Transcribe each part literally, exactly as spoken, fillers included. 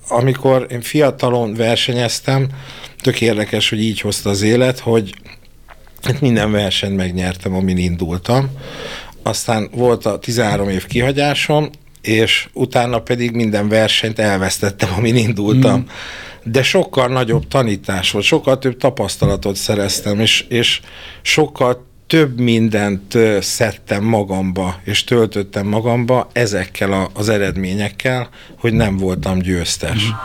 amikor én fiatalon versenyeztem, tök érdekes, hogy így hozta az élet, hogy minden versenyt megnyertem, amin indultam. Aztán volt a tizenhárom év kihagyásom, és utána pedig minden versenyt elvesztettem, amin indultam. Mm. De sokkal nagyobb tanítás volt, sokkal több tapasztalatot szereztem, és, és sokkal több mindent szedtem magamba, és töltöttem magamba ezekkel a, az eredményekkel, hogy nem voltam győztes. Mm.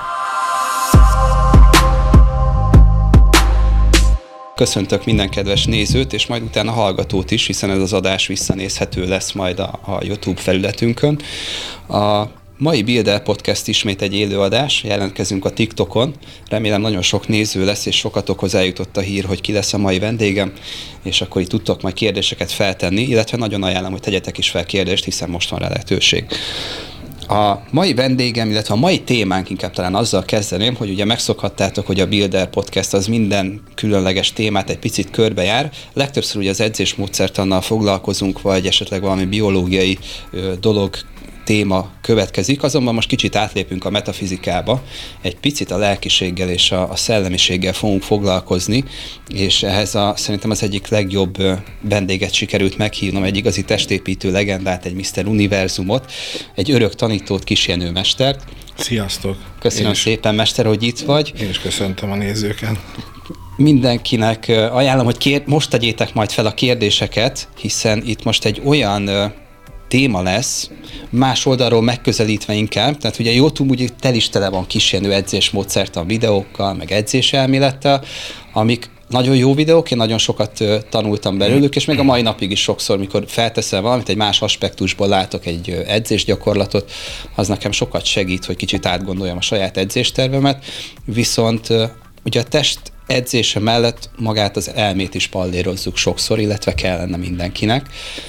Köszöntök minden kedves nézőt, és majd utána hallgatót is, hiszen ez az adás visszanézhető lesz majd a, a YouTube felületünkön. A mai Builder Podcast ismét egy élőadás, jelentkezünk a TikTokon. Remélem nagyon sok néző lesz, és sokatokhoz eljutott a hír, hogy ki lesz a mai vendégem, és akkor itt tudtok majd kérdéseket feltenni, illetve nagyon ajánlom, hogy tegyetek is fel kérdést, hiszen most van rá lehetőség. A mai vendégem, illetve a mai témánk, inkább talán azzal kezdeném, hogy ugye megszokhattátok, hogy a Builder Podcast az minden különleges témát egy picit körbejár. Legtöbbször ugye az edzésmódszertannal foglalkozunk, vagy esetleg valami biológiai ö, dolog, téma következik, azonban most kicsit átlépünk a metafizikába, egy picit a lelkiséggel és a, a szellemiséggel fogunk foglalkozni, és ehhez a, szerintem az egyik legjobb vendéget sikerült meghívnom, egy igazi testépítő legendát, egy miszter Univerzumot, egy örök tanítót, Kis Jenő mestert. Sziasztok! Köszönöm szépen, mester, hogy itt vagy. Én is köszöntöm a nézőket. Mindenkinek ajánlom, hogy kér, most tegyétek majd fel a kérdéseket, hiszen itt most egy olyan téma lesz, más oldalról megközelítve inkább, tehát ugye YouTube úgy tel is tele van Kis Jenő edzésmódszertan videókkal, meg edzéselmélettel, amik nagyon jó videók, én nagyon sokat tanultam belőlük, és még a mai napig is sokszor, mikor felteszel valamit, egy más aspektusból látok egy edzésgyakorlatot, az nekem sokat segít, hogy kicsit átgondoljam a saját edzéstervemet, viszont ugye a test edzése mellett magát az elmét is pallérozzuk sokszor, illetve kellene mindenkinek,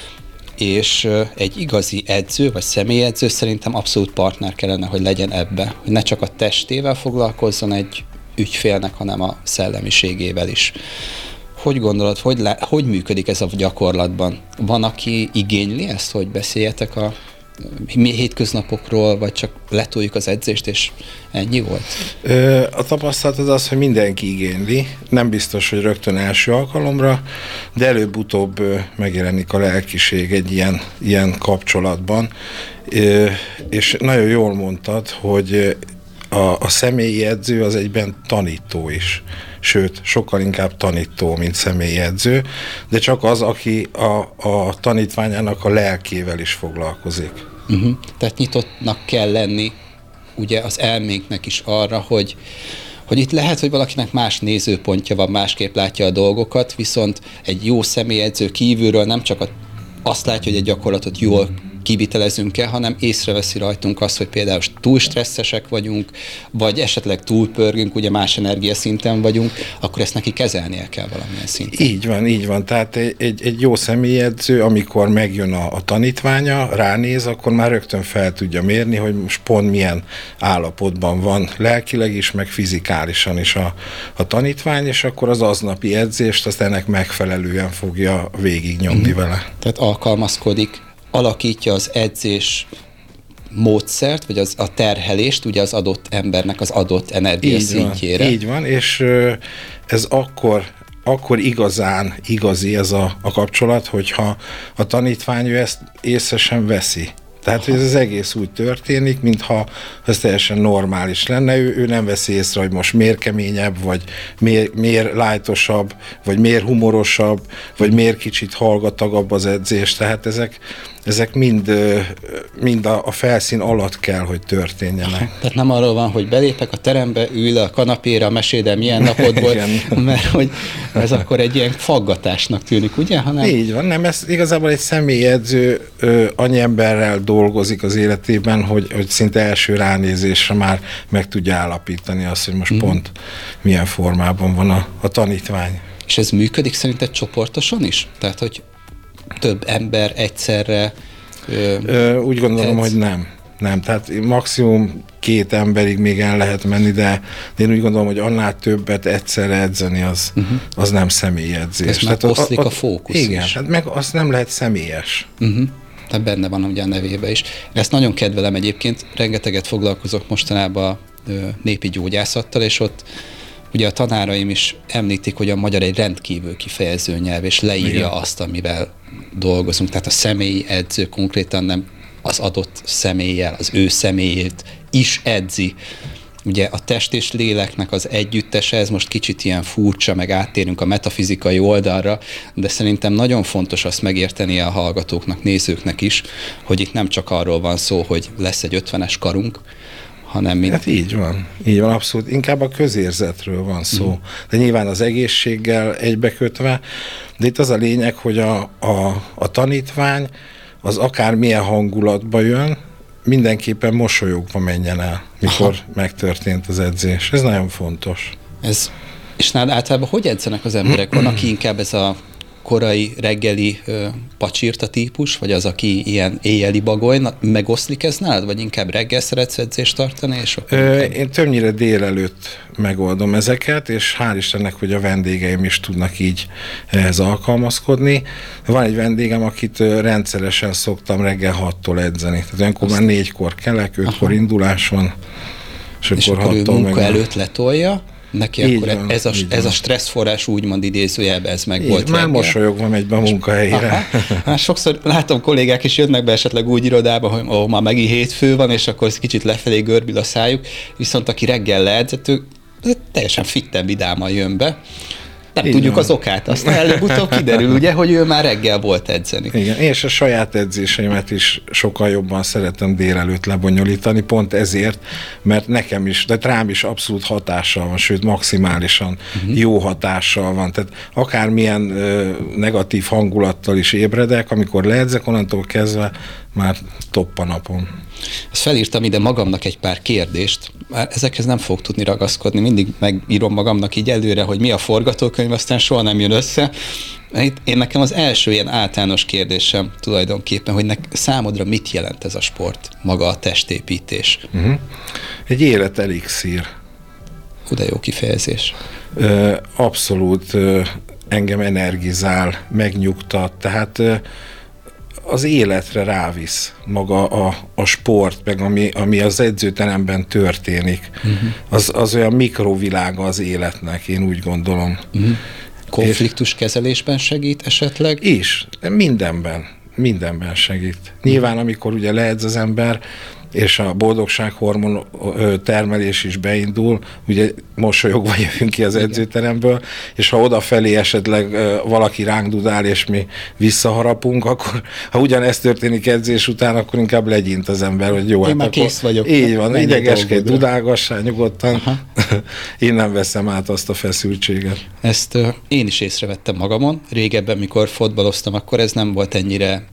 és egy igazi edző, vagy személyedző szerintem abszolút partner kellene, hogy legyen ebbe, hogy ne csak a testével foglalkozzon egy ügyfélnek, hanem a szellemiségével is. Hogy gondolod, hogy, le, hogy működik ez a gyakorlatban? Van, aki igényli ezt, hogy beszéljetek a hétköznapokról, vagy csak letoljuk az edzést, és ennyi volt? A tapasztalat az az, hogy mindenki igényli. Nem biztos, hogy rögtön első alkalomra, de előbb-utóbb megjelenik a lelkiség egy ilyen, ilyen kapcsolatban. És nagyon jól mondtad, hogy a, a személyi edző az egyben tanító is. Sőt, sokkal inkább tanító, mint személyi edző, de csak az, aki a, a tanítványának a lelkével is foglalkozik. Uh-huh. Tehát nyitottnak kell lenni ugye az elménknek is arra, hogy, hogy itt lehet, hogy valakinek más nézőpontja van, másképp látja a dolgokat, viszont egy jó személyedző kívülről nem csak a, azt látja, hogy egy gyakorlatot jól kivitelezünk-e, hanem észreveszi rajtunk azt, hogy például túl stresszesek vagyunk, vagy esetleg túlpörgünk, ugye más energiaszinten vagyunk, akkor ezt neki kezelnie kell valamilyen szinten. Így van, így van. Tehát egy, egy jó személyedző, amikor megjön a, a tanítványa, ránéz, akkor már rögtön fel tudja mérni, hogy most pont milyen állapotban van lelkileg is, meg fizikálisan is a, a tanítvány, és akkor az aznapi edzést azt ennek megfelelően fogja végignyomni mm. vele. Tehát alkalmazkodik, alakítja az edzés módszert, vagy az, a terhelést ugye az adott embernek az adott energia így szintjére. Van, így van, és ez akkor, akkor igazán igazi ez a, a kapcsolat, hogyha a tanítvány ő ezt észre sem veszi. Tehát, hogy ez az egész úgy történik, mintha ez teljesen normális lenne. Ő, ő nem veszi észre, hogy most miért keményebb, vagy miért, miért lájtosabb, vagy miért humorosabb, vagy miért kicsit hallgatagabb az edzés. Tehát ezek, ezek mind, mind a, a felszín alatt kell, hogy történjenek. Tehát nem arról van, hogy belépek a terembe, ül le a kanapéra, meséld el, milyen napod volt, mert hogy ez akkor egy ilyen faggatásnak tűnik, ugye? Hanem... Így van, nem, ez igazából egy személyedző ö, annyi emberrel dolgozik az életében, hogy, hogy szinte első ránézésre már meg tudja állapítani azt, hogy most mm. pont milyen formában van a, a tanítvány. És ez működik szerinted csoportosan is? Tehát, hogy több ember egyszerre ö, ö, úgy gondolom, edz. hogy nem. Nem, tehát maximum két emberig még el lehet menni, de én úgy gondolom, hogy annál többet egyszerre edzeni, az, uh-huh. az nem személyedzés. Ez már oszlik a, a, a fókusz igen, is. hát meg azt nem lehet személyes. Uh-huh. Tehát benne van ugye a nevébe is. Ezt nagyon kedvelem egyébként, rengeteget foglalkozok mostanában népi gyógyászattal, és ott ugye a tanáraim is említik, hogy a magyar egy rendkívül kifejező nyelv, és leírja Igen. azt, amivel dolgozunk. Tehát a személyi edző konkrétan nem az adott személlyel, az ő személyét is edzi. Ugye a test és léleknek az együttese, ez most kicsit ilyen furcsa, meg áttérünk a metafizikai oldalra, de szerintem nagyon fontos azt megérteni a hallgatóknak, nézőknek is, hogy itt nem csak arról van szó, hogy lesz egy ötvenes karunk, hanem... Mint... Hát így van, így van, abszolút. Inkább a közérzetről van szó. Mm. De nyilván az egészséggel egybekötve, de itt az a lényeg, hogy a, a, a tanítvány az akár milyen hangulatba jön, mindenképpen mosolyogva menjen el, mikor Aha. megtörtént az edzés. Ez nagyon fontos. Ez, és nálad általában hogy edzenek az emberek? Van, aki inkább ez a korai reggeli ö, pacsirta típus, vagy az, aki ilyen éjjeli bagoly, megoszlik ez nálad, vagy inkább reggel szeretsz edzést tartani? És Ö, én többnyire délelőtt megoldom ezeket, és hál' Istennek, hogy a vendégeim is tudnak így ehhez alkalmazkodni. Van egy vendégem, akit rendszeresen szoktam reggel hattól edzeni. Tehát olyankor már négykor kelek, ötkor indulás van, és, és akkor ő munka előtt letolja, neki így akkor van, ez, a, ez a stresszforrás úgymond idézőjelben ez meg így, volt. Már reggel. Mosolyogva megy be a munkahelyére. Hát sokszor látom, kollégák is jönnek be esetleg úgy irodába, hogy ó, már megint hétfő van, és akkor kicsit lefelé görbül a szájuk, viszont aki reggel leedzett, ő teljesen fitten, vidáman jön be. Nem így tudjuk van. Az okát, aztán előbb-utóbb kiderül, ugye, hogy ő már reggel volt edzeni. Igen, és a saját edzéseimet is sokkal jobban szeretem délelőtt lebonyolítani, pont ezért, mert nekem is, de rám is abszolút hatással van, sőt maximálisan uh-huh. jó hatással van. Tehát akármilyen ö, negatív hangulattal is ébredek, amikor leedzek, onnantól kezdve már topp a napom. Ezt felírtam ide magamnak egy pár kérdést, már ezekhez nem fog tudni ragaszkodni, mindig megírom magamnak így előre, hogy mi a forgatókönyv, aztán soha nem jön össze. Én nekem az első ilyen általános kérdésem tulajdonképpen, hogy nek, számodra mit jelent ez a sport, maga a testépítés? Uh-huh. Egy életelixír. Hú, de jó kifejezés. Ö, abszolút ö, engem energizál, megnyugtat, tehát ö, az életre rávisz maga a, a sport, meg ami, ami az edzőteremben történik. Uh-huh. Az, az olyan mikrovilága az életnek, én úgy gondolom. Uh-huh. Konfliktuskezelésben segít esetleg? Is, mindenben, mindenben segít. Nyilván, amikor ugye leedz az ember, és a boldogsághormon termelés is beindul, ugye mosolyogva jövünk ki az edzőteremből, és ha odafelé esetleg valaki ránk dudál, és mi visszaharapunk, akkor ha ugyanezt történik edzés után, akkor inkább legyint az ember, hogy jó, én hát már akkor kész vagyok. Így van, idegeskedj, dudálgassál nyugodtan, én nem veszem át azt a feszültséget. Ezt uh, én is észrevettem magamon. Régebben, mikor fotbaloztam, akkor ez nem volt ennyire...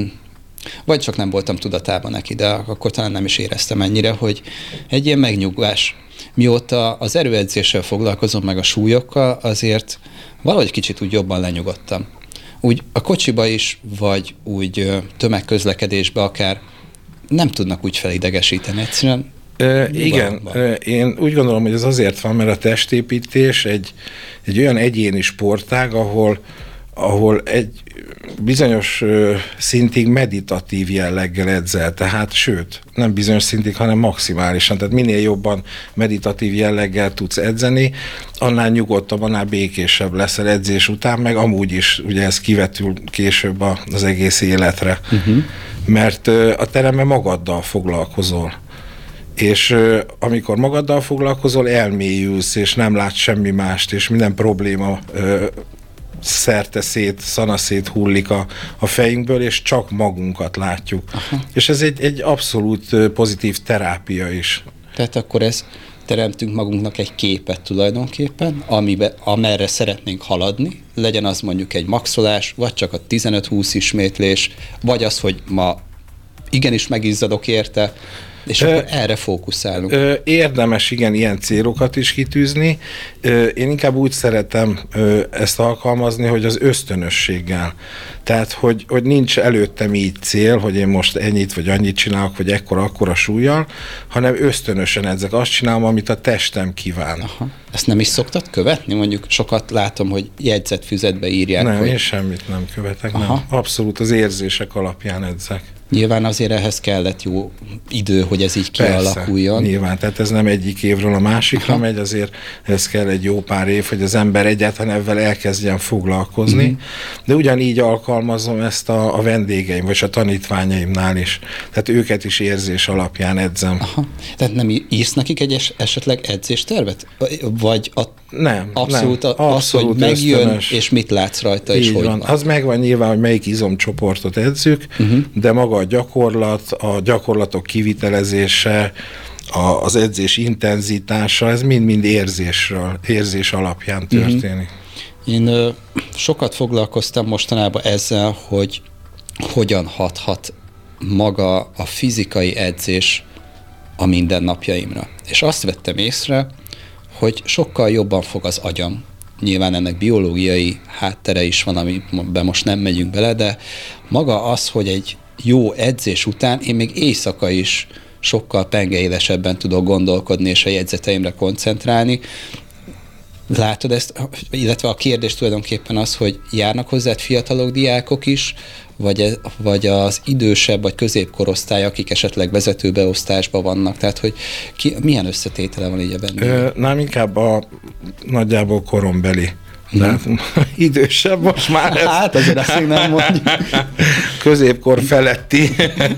Vagy csak nem voltam tudatában neki, de akkor talán nem is éreztem ennyire, hogy egy ilyen megnyugvás. Mióta az erőedzéssel foglalkozom, meg a súlyokkal, azért valahogy kicsit úgy jobban lenyugodtam. Úgy a kocsiba is, vagy úgy tömegközlekedésbe akár nem tudnak úgy felidegesíteni. Egyszerűen Ö, igen, ö, én úgy gondolom, hogy ez azért van, mert a testépítés egy, egy olyan egyéni sportág, ahol ahol egy bizonyos ö, szintig meditatív jelleggel edzel, tehát sőt, nem bizonyos szintig, hanem maximálisan, tehát minél jobban meditatív jelleggel tudsz edzeni, annál nyugodtabb, annál békésebb leszel edzés után, meg amúgy is, ugye ez kivetül később a, az egész életre, uh-huh. mert ö, a teremben magaddal foglalkozol. És ö, amikor magaddal foglalkozol, elmélyülsz, és nem látsz semmi mást, és minden probléma ö, szerte szét, szanaszét hullik a, a fejünkből, és csak magunkat látjuk. Aha. És ez egy, egy abszolút pozitív terápia is. Tehát akkor ez teremtünk magunknak egy képet tulajdonképpen, amibe, amerre szeretnénk haladni, legyen az mondjuk egy maxolás, vagy csak a tizenöt-húsz ismétlés, vagy az, hogy ma igenis megizzadok érte, és akkor ö, erre fókuszálunk. Ö, érdemes, igen, ilyen célokat is kitűzni. Ö, én inkább úgy szeretem ö, ezt alkalmazni, hogy az ösztönösséggel. Tehát, hogy, hogy nincs előttem így cél, hogy én most ennyit vagy annyit csinálok, vagy ekkora, akkora súlyjal, hanem ösztönösen edzek. Azt csinálom, amit a testem kíván. Aha. Ezt nem is szoktad követni? Mondjuk sokat látom, hogy jegyzetfüzetbe írják. Nem, hogy... én semmit nem követek. Nem. Abszolút az érzések alapján edzek. Nyilván azért ehhez kellett jó idő, hogy ez így kialakuljon. Persze, nyilván, tehát ez nem egyik évről a másikra Aha. megy, azért ez kell egy jó pár év, hogy az ember egyáltalán ebben elkezdjen foglalkozni, uh-huh. de ugyanígy alkalmazom ezt a, a vendégeim, vagy a tanítványaimnál is. Tehát őket is érzés alapján edzem. Aha. Tehát nem írsz nekik egy es- esetleg edzéstervet? Vagy a, nem, abszolút, nem, az, abszolút hogy megjön, ösztönös. És mit látsz rajta, így és hogy van. van. Az megvan nyilván, hogy melyik izomcsoportot edzük, uh-huh. de maga a gyakorlat, a gyakorlatok kivitelezése, a, az edzés intenzitása, ez mind-mind érzésről, érzés alapján történik. Uh-huh. Én ö, sokat foglalkoztam mostanában ezzel, hogy hogyan hathat maga a fizikai edzés a mindennapjaimra. És azt vettem észre, hogy sokkal jobban fog az agyam. Nyilván ennek biológiai háttere is van, amiben most nem megyünk bele, de maga az, hogy egy jó edzés után én még éjszaka is sokkal pengeélesebben tudok gondolkodni és a jegyzeteimre koncentrálni. Látod ezt, illetve a kérdés tulajdonképpen az, hogy járnak hozzád fiatalok, diákok is, vagy, vagy az idősebb, vagy középkorosztály, akik esetleg vezetőbeosztásban vannak, tehát hogy ki, milyen összetétele van így a benne? Nem, inkább a nagyjából korombeli. De hmm. idősebb most már ez. Hát azért azt még nem mondjuk. Középkor feletti.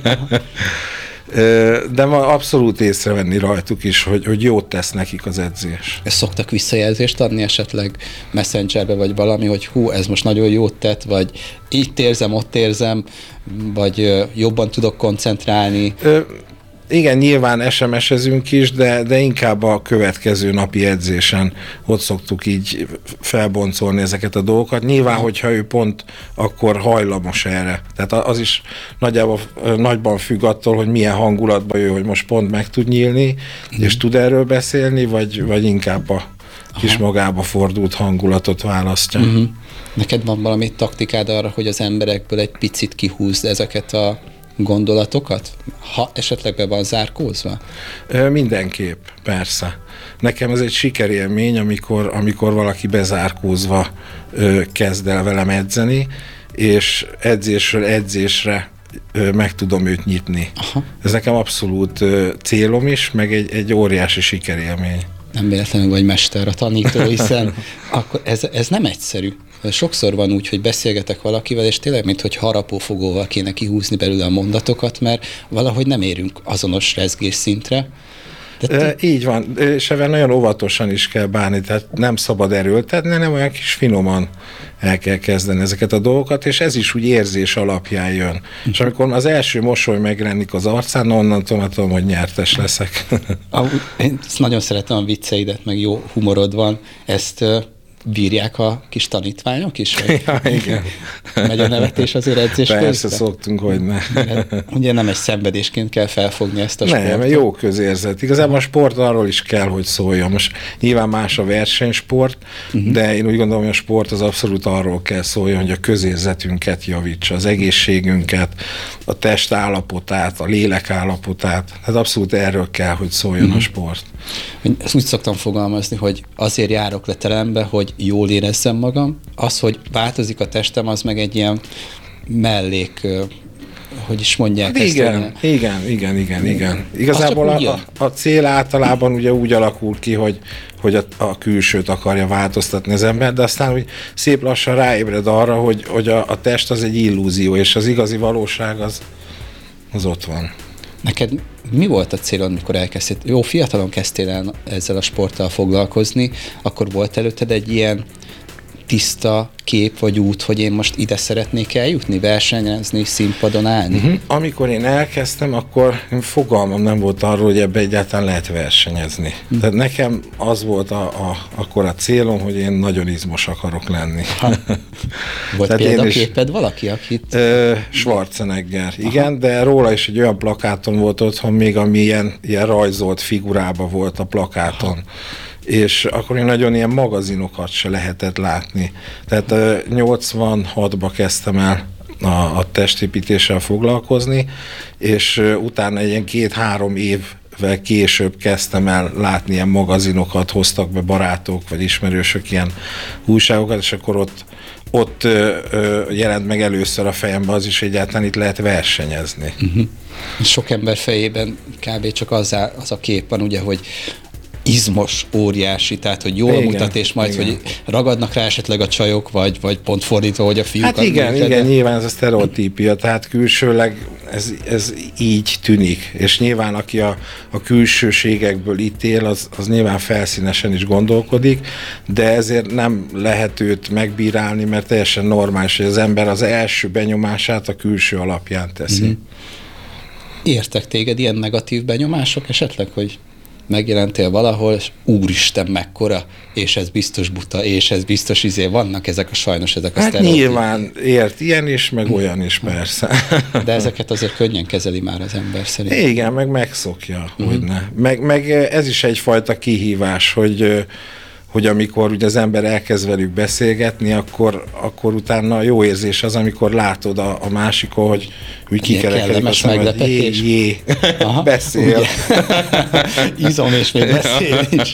De ma abszolút észrevenni rajtuk is, hogy, hogy jót tesz nekik az edzés. Ezt szoktak visszajelzést adni esetleg Messengerbe, vagy valami, hogy hú, ez most nagyon jót tett, vagy itt érzem, ott érzem, vagy jobban tudok koncentrálni? Ö, igen, nyilván es em es-ezünk is, de, de inkább a következő napi edzésen ott szoktuk így felboncolni ezeket a dolgokat. Nyilván, hogyha ő pont akkor hajlamos erre. Tehát az is nagyjából nagyban függ attól, hogy milyen hangulatban ő, hogy most pont meg tud nyílni, mm. és tud erről beszélni, vagy, vagy inkább a kis Aha. magába fordult hangulatot választja. Mm-hmm. Neked van valami taktikád arra, hogy az emberekből egy picit kihúzd ezeket a gondolatokat? Ha esetleg be van zárkózva? Mindenképp, persze. Nekem ez egy sikerélmény, amikor, amikor valaki bezárkózva ö, kezd el velem edzeni, és edzésről edzésre ö, meg tudom őt nyitni. Aha. Ez nekem abszolút ö, célom is, meg egy, egy óriási sikerélmény. Nem véletlenül vagy mester a tanító, hiszen akkor ez, ez nem egyszerű. Sokszor van úgy, hogy beszélgetek valakivel, és tényleg, mintha harapófogóval kéne kihúzni belőle a mondatokat, mert valahogy nem érünk azonos rezgés szintre. De e, így van, és ebben nagyon óvatosan is kell bánni, tehát nem szabad erőltetni, hanem olyan kis finoman el kell kezdeni ezeket a dolgokat, és ez is úgy érzés alapján jön. Hm. És amikor az első mosoly megjelenik az arcán, onnantól tudom, hogy nyertes leszek. Én nagyon szeretem a vicceidet, meg jó humorod van, ezt bírják a kis tanítványok is? Ja, igen. Megy a nevetés azért edzés közben? Persze, szoktunk, hogy ne. Ugye nem egy szenvedésként kell felfogni ezt a sportot. Nem, jó közérzet. Igazából a sport arról is kell, hogy szóljon. Most nyilván más a versenysport, uh-huh. de én úgy gondolom, hogy a sport az abszolút arról kell szóljon, hogy a közérzetünket javítsa, az egészségünket, a test állapotát, a lélek állapotát. Hát abszolút erről kell, hogy szóljon uh-huh. a sport. Ezt úgy szoktam fogalmazni, hogy azért járok le terembe, hogy jól érezzem magam. Az, hogy változik a testem, az meg egy ilyen mellék, hogy is mondják hát ezt. Igen, ezt, igen, igen, igen, igen. Igazából a, a cél általában ugye úgy alakul ki, hogy, hogy a, a külsőt akarja változtatni az ember, de aztán úgy szép lassan ráébred arra, hogy, hogy a, a test az egy illúzió, és az igazi valóság az, az ott van. Neked mi volt a célod, mikor elkezdtél? Jó, fiatalon kezdtél el ezzel a sporttal foglalkozni, akkor volt előtted egy ilyen tiszta kép vagy út, hogy én most ide szeretnék eljutni, versenyezni, színpadon állni? Uh-huh. Amikor én elkezdtem, akkor fogalmam nem volt arról, hogy ebbe egyáltalán lehet versenyezni. Uh-huh. Tehát nekem az volt a, a, akkor a célom, hogy én nagyon izmos akarok lenni. Volt példaképed valaki, akit... Uh, Schwarzenegger, igen, Aha. de róla is egy olyan plakáton volt otthon, még ami ilyen, ilyen rajzolt figurába volt a plakáton. Aha. És akkor én nagyon ilyen magazinokat se lehetett látni. Tehát nyolcvanhatban kezdtem el a, a testépítéssel foglalkozni, és utána egy ilyen két-három év később kezdtem el látni ilyen magazinokat, hoztak be barátok vagy ismerősök ilyen újságokat, és akkor ott, ott ö, ö, jelent meg először a fejembe az is, hogy egyáltalán itt lehet versenyezni. Uh-huh. Sok ember fejében kb. Csak az a, az a kép van, ugye, hogy izmos, óriási, tehát hogy jól igen, mutat, és majd, igen. hogy ragadnak rá esetleg a csajok, vagy, vagy pont fordítva, hogy a fiúkat... Hát igen, működnek. Igen, nyilván ez a sztereotípia, tehát külsőleg ez, ez így tűnik, és nyilván aki a, a külsőségekből ítél, az, az nyilván felszínesen is gondolkodik, de ezért nem lehet őt megbírálni, mert teljesen normális, hogy az ember az első benyomását a külső alapján teszi. Mm-hmm. Értek téged ilyen negatív benyomások esetleg, hogy megjelentél valahol, és úristen, mekkora, és ez biztos buta, és ez biztos izé, vannak ezek a sajnos, ezek a hát sztereotíp. Nyilván ért ilyen is, meg olyan is, persze. De ezeket azért könnyen kezeli már az ember szerint. Igen, meg megszokja, uh-huh. hogyne. Meg, meg ez is egyfajta kihívás, hogy hogy amikor ugye az ember elkezd velük beszélgetni, akkor, akkor utána jó érzés az, amikor látod a, a másikon, hogy úgy kikerekedik a szemed, jé, jé, beszél. Izom, és még beszél is.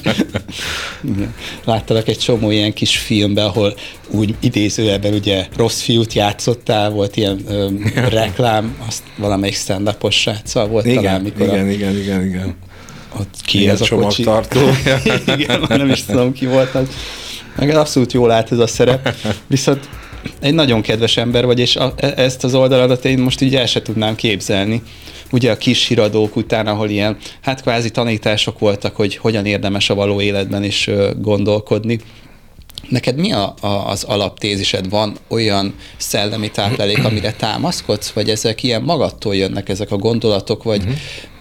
Láttalak egy csomó ilyen kis filmben, ahol úgy idézőjelben ugye rossz fiút játszottál, volt ilyen ö, reklám, azt valamelyik stand-upos sráccal volt igen, talán, mikor igen, a... igen, igen, igen. Ott ki igen, ez a csomagtartó. Igen, nem is tudom, ki volt az. Meg abszolút jól állt ez a szerep. Viszont egy nagyon kedves ember vagy, és a, ezt az oldaladat én most így el se tudnám képzelni. Ugye a kis híradók után, ahol ilyen, hát kvázi tanítások voltak, hogy hogyan érdemes a való életben is gondolkodni. Neked mi a, a, az alaptézised? Van olyan szellemi táplálék, amire támaszkodsz, vagy ezek ilyen magadtól jönnek, ezek a gondolatok, vagy uh-huh.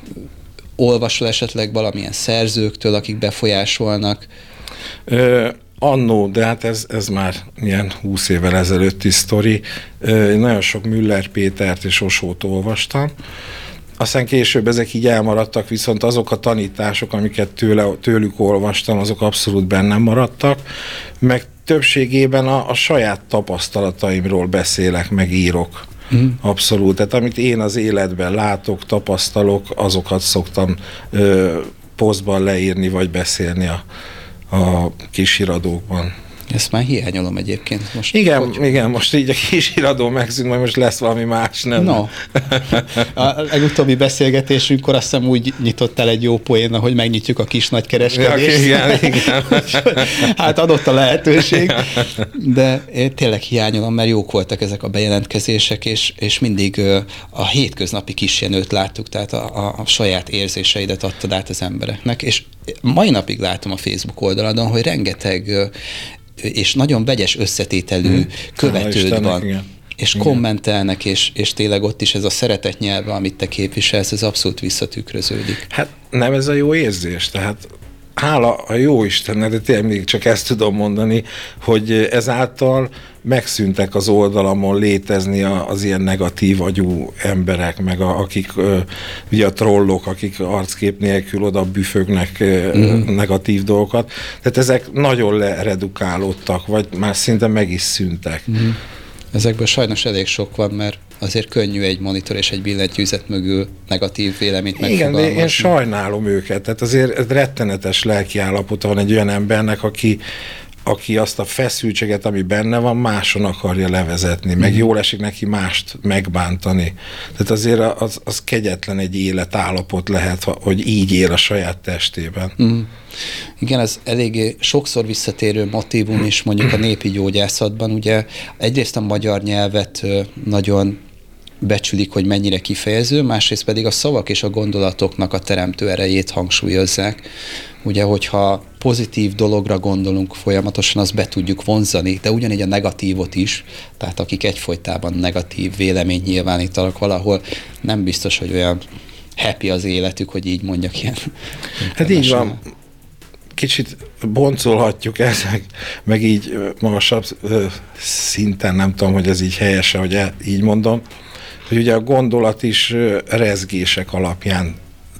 olvasol esetleg valamilyen szerzőktől, akik befolyásolnak? Ö, annó, de hát ez, ez már ilyen húsz évvel ezelőtti sztori. Ö, nagyon sok Müller Pétert és Osót olvastam. Aztán később ezek így elmaradtak, viszont azok a tanítások, amiket tőle, tőlük olvastam, azok abszolút bennem maradtak, meg többségében a, a saját tapasztalataimról beszélek, meg írok. Mm. Abszolút. Tehát amit én az életben látok, tapasztalok, azokat szoktam ö, posztban leírni, vagy beszélni a, a kisiradókban. Ezt már hiányolom egyébként. Most igen, hogy... igen, most így a kisiradó megszűnt, majd most lesz valami más, nem? No. A legutóbbi beszélgetésünkkor azt hiszem úgy nyitottál egy jó poénna, hogy megnyitjuk a kis nagy kereskedést. Ja, igen, igen. Hát adott a lehetőség, de én tényleg hiányolom, mert jók voltak ezek a bejelentkezések, és, és mindig a hétköznapi kisjenőt láttuk, tehát a, a, a saját érzéseidet adtad át az embereknek, és mai napig látom a Facebook oldaladon, hogy rengeteg és nagyon vegyes összetételű hmm. követőd Istennek, van, igen. és igen. kommentelnek, és, és tényleg ott is ez a szeretet nyelve, amit te képviselsz, ez abszolút visszatükröződik. Hát nem ez a jó érzés, tehát hála a jó Istennek, de tényleg még csak ezt tudom mondani, hogy ezáltal megszűntek az oldalamon létezni az ilyen negatív agyú emberek, meg a, akik ugye a trollok, akik arckép nélkül oda büfögnek mm. negatív dolgokat. Tehát ezek nagyon leredukálódtak, vagy már szinte meg is szűntek. Mm. Ezekből sajnos elég sok van, mert azért könnyű egy monitor és egy billentyűzet mögül negatív véleményt megfogalmazni. Igen, de én sajnálom őket. Tehát azért rettenetes lelkiállapota van egy olyan embernek, aki, aki azt a feszültséget, ami benne van, máson akarja levezetni, meg mm. jól esik neki mást megbántani. Tehát azért az, az kegyetlen egy életállapot lehet, hogy így él a saját testében. Mm. Igen, ez eléggé sokszor visszatérő motívum is mondjuk a népi gyógyászatban. Ugye egyrészt a magyar nyelvet nagyon becsülik, hogy mennyire kifejező, másrészt pedig a szavak és a gondolatoknak a teremtő erejét hangsúlyozzák. Ugye, hogyha pozitív dologra gondolunk folyamatosan, azt be tudjuk vonzani, de ugyanígy a negatívot is, tehát akik egyfolytában negatív véleményt nyilvánítanak valahol, nem biztos, hogy olyan happy az életük, hogy így mondjak ilyen. Hát így van. Kicsit boncolhatjuk ezt, meg, meg így magasabb szinten, nem tudom, hogy ez így helyese, hogy így mondom, hogy ugye a gondolat is rezgések alapján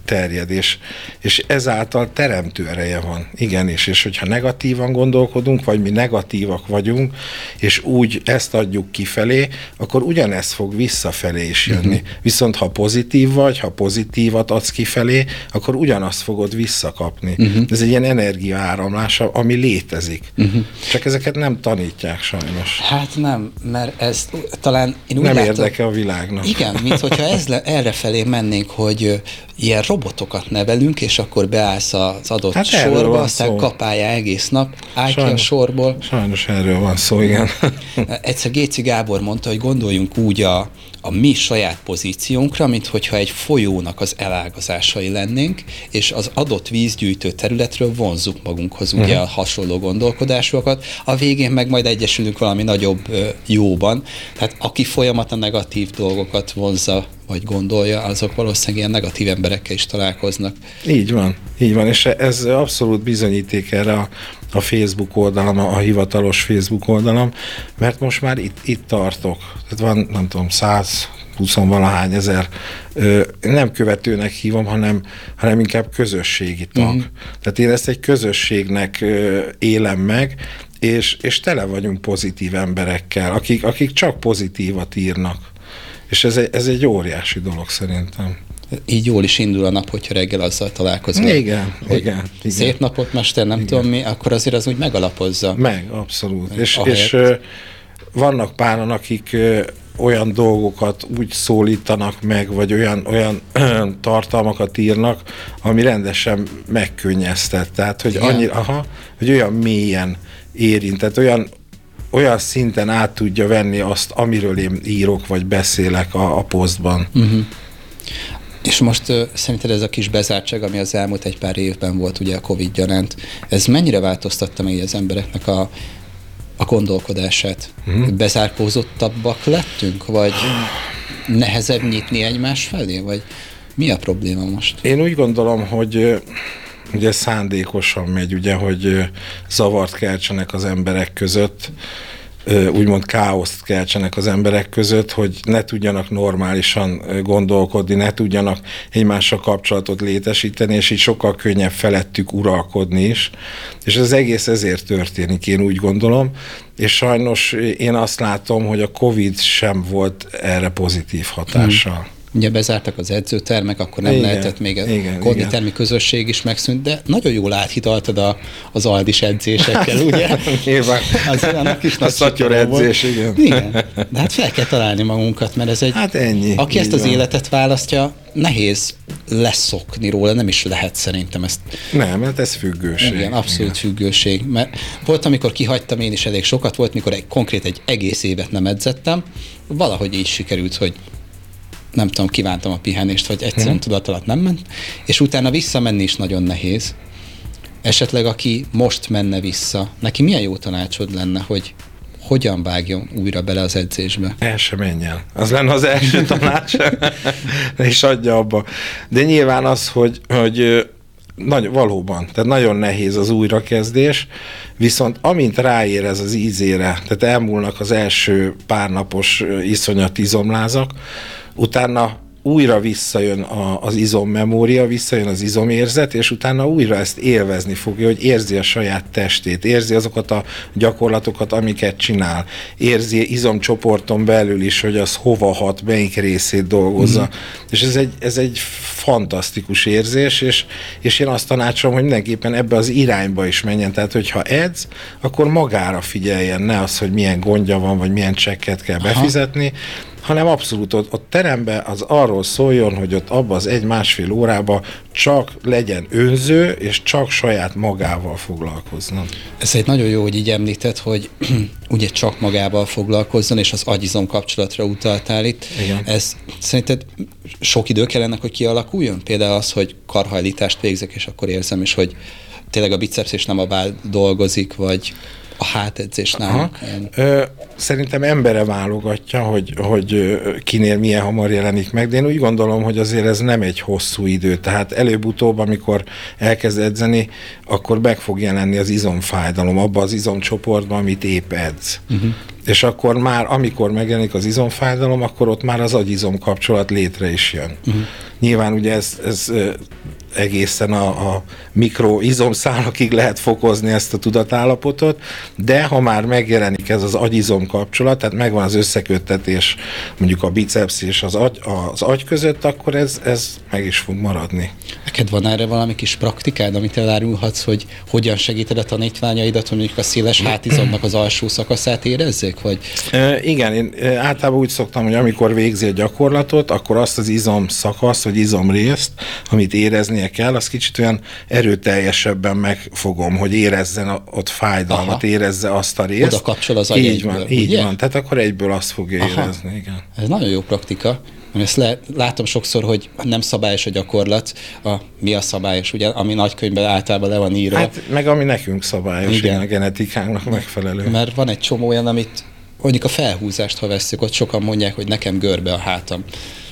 terjed, és, és ezáltal teremtő ereje van. Igenis, és hogyha negatívan gondolkodunk, vagy mi negatívak vagyunk, és úgy ezt adjuk kifelé, akkor ugyanezt fog visszafelé is jönni. Uh-huh. Viszont ha pozitív vagy, ha pozitívat adsz kifelé, akkor ugyanazt fogod visszakapni. Uh-huh. Ez egy ilyen energiaáramlás, ami létezik. Uh-huh. Csak ezeket nem tanítják sajnos. Hát nem, mert ez talán... Én úgy nem látom, érdeke a világnak. Igen, mint hogyha ez le, errefelé mennénk, hogy ilyen robotokat nevelünk, és akkor beállsz az adott hát sorba, aztán szó. kapálja egész nap, állj ki a sorból. Sajnos erről van szó, igen. Egyszer Géci Gábor mondta, hogy gondoljunk úgy a, a mi saját pozíciónkra, mint hogyha egy folyónak az elágazásai lennénk, és az adott vízgyűjtő területről vonzzuk magunkhoz ugye uh-huh. a hasonló gondolkodásokat, a végén meg majd egyesülünk valami nagyobb jóban. Tehát aki folyamatosan negatív dolgokat vonzza, vagy gondolja, azok valószínűleg ilyen negatív emberekkel is találkoznak. Így van, így van, és ez abszolút bizonyíték erre a, a Facebook oldalam, a, a hivatalos Facebook oldalam, mert most már itt, itt tartok. Tehát van, nem tudom, száz húsz-valahány ezer, ö, nem követőnek hívom, hanem, hanem inkább közösségi tag. Uh-huh. Tehát én ezt egy közösségnek ö, élem meg, és, és tele vagyunk pozitív emberekkel, akik, akik csak pozitívat írnak. És ez egy, ez egy óriási dolog szerintem. Így jól is indul a nap, hogyha reggel azzal találkozol. Igen, igen, igen. Szép napot, mester, nem igen. tudom mi, akkor azért az úgy megalapozza. Meg, abszolút. És, és ö, vannak páran, akik ö, olyan dolgokat úgy szólítanak meg, vagy olyan, olyan ö, tartalmakat írnak, ami rendesen megkönnyeztet. Tehát, hogy, annyi, aha, hogy olyan mélyen érint, tehát olyan olyan szinten át tudja venni azt, amiről én írok, vagy beszélek a, a posztban. Uh-huh. És most uh, szerinted ez a kis bezártság, ami az elmúlt egy pár évben volt ugye a Covid gyanánt, ez mennyire változtatta meg az embereknek a, a gondolkodását? Uh-huh. Bezárkózottabbak lettünk, vagy nehezebb nyitni egymás felé, vagy mi a probléma most? Én úgy gondolom, hogy ugye szándékosan megy, ugye, hogy zavart keltsenek az emberek között, úgymond káoszt keltsenek az emberek között, hogy ne tudjanak normálisan gondolkodni, ne tudjanak egymással kapcsolatot létesíteni, és így sokkal könnyebb felettük uralkodni is. És ez egész ezért történik, én úgy gondolom, és sajnos én azt látom, hogy a Covid sem volt erre pozitív hatással. Hmm. Ugye bezártak az edzőtermek, akkor nem igen, lehetett még a konditermi közösség is megszűnt, de nagyon jól áthidaltad a, az Aldis edzésekkel, ugye? Nyilván. Az annak is a szatyor edzés, igen. Igen. De hát fel kell találni magunkat, mert ez egy... Hát ennyi. Aki ezt az van. Életet választja, nehéz leszokni róla, nem is lehet szerintem ezt. Nem, mert ez függőség. Igen, abszolút igen. függőség. Mert volt, amikor kihagytam én is elég sokat, volt, mikor egy, konkrét egy egész évet nem edzettem, valahogy így sikerült, hogy nem tudom, kívántam a pihenést, vagy egyszerűen hmm. tudat alatt nem ment, és utána visszamenni is nagyon nehéz. Esetleg aki most menne vissza, neki milyen jó tanácsod lenne, hogy hogyan vágjon újra bele az edzésbe? El sem menjen. Az lenne az első tanács, és adja abba. De nyilván az, hogy, hogy nagy, valóban, tehát nagyon nehéz az újrakezdés, viszont amint ráérez az ízére, tehát elmúlnak az első pár napos iszonyat izomlázak, utána újra visszajön a, az izommemória, visszajön az izomérzet, és utána újra ezt élvezni fogja, hogy érzi a saját testét, érzi azokat a gyakorlatokat, amiket csinál, érzi izomcsoporton belül is, hogy az hova hat, melyik részét dolgozza. Mm-hmm. És ez egy, ez egy fantasztikus érzés, és, és én azt tanácsolom, hogy mindenképpen ebbe az irányba is menjen. Tehát, hogyha edz, akkor magára figyeljen, ne az, hogy milyen gondja van, vagy milyen csekket kell Aha. befizetni, hanem abszolút ott, ott teremben az arról szóljon, hogy ott abban az egy-másfél órában csak legyen önző, és csak saját magával foglalkozzon. Ez egy nagyon jó, hogy így említed, hogy ugye csak magával foglalkozzon, és az agyizom kapcsolatra utaltál itt. Igen. Ez szerinted sok idő kellene, hogy kialakuljon? Például az, hogy karhajlítást végzek, és akkor érzem is, hogy tényleg a biceps és nem a váll dolgozik, vagy a hátedzés nálunk. Ö, szerintem embere válogatja, hogy, hogy kinél milyen hamar jelenik meg, de én úgy gondolom, hogy azért ez nem egy hosszú idő. Tehát előbb-utóbb, amikor elkezd edzeni, akkor meg fog jelenni az izomfájdalom abba az izomcsoportban, amit épp edz. Uh-huh. És akkor már, amikor megjelenik az izomfájdalom, akkor ott már az agy-izom kapcsolat létre is jön. Uh-huh. Nyilván ugye ez, ez egészen a, a mikroizomszálakig lehet fokozni ezt a tudatállapotot, de ha már megjelenik ez az agy-izom kapcsolat, tehát megvan az összeköttetés mondjuk a bicepsz és az agy, az agy között, akkor ez, ez meg is fog maradni. Neked van erre valami kis praktikád, amit elárulhatsz, hogy hogyan segíted a tanítványaidat, hogy mondjuk a széles hátizomnak az alsó szakaszát érezzék? Vagy? E, igen, én általában úgy szoktam, hogy amikor végzi a gyakorlatot, akkor azt az izom szakaszt, vagy izomrészt, amit éreznie kell, azt kicsit olyan erőteljesebben megfogom, hogy érezzen a, ott fájdalmat, Aha. érezze azt a részt. Oda kapcsol az agy Így egyből, van, így ugye? van. Tehát akkor egyből azt fogja Aha. érezni, igen. Ez nagyon jó praktika. Ezt le, látom sokszor, hogy nem szabályos a gyakorlat. A, mi a szabályos, ugye, ami nagykönyvben általában le van írva. Hát meg ami nekünk szabályos, igen, a genetikánknak megfelelő. Mert van egy csomó olyan, amit mondjuk a felhúzást, ha vesszük, ott sokan mondják, hogy nekem görbe a hátam.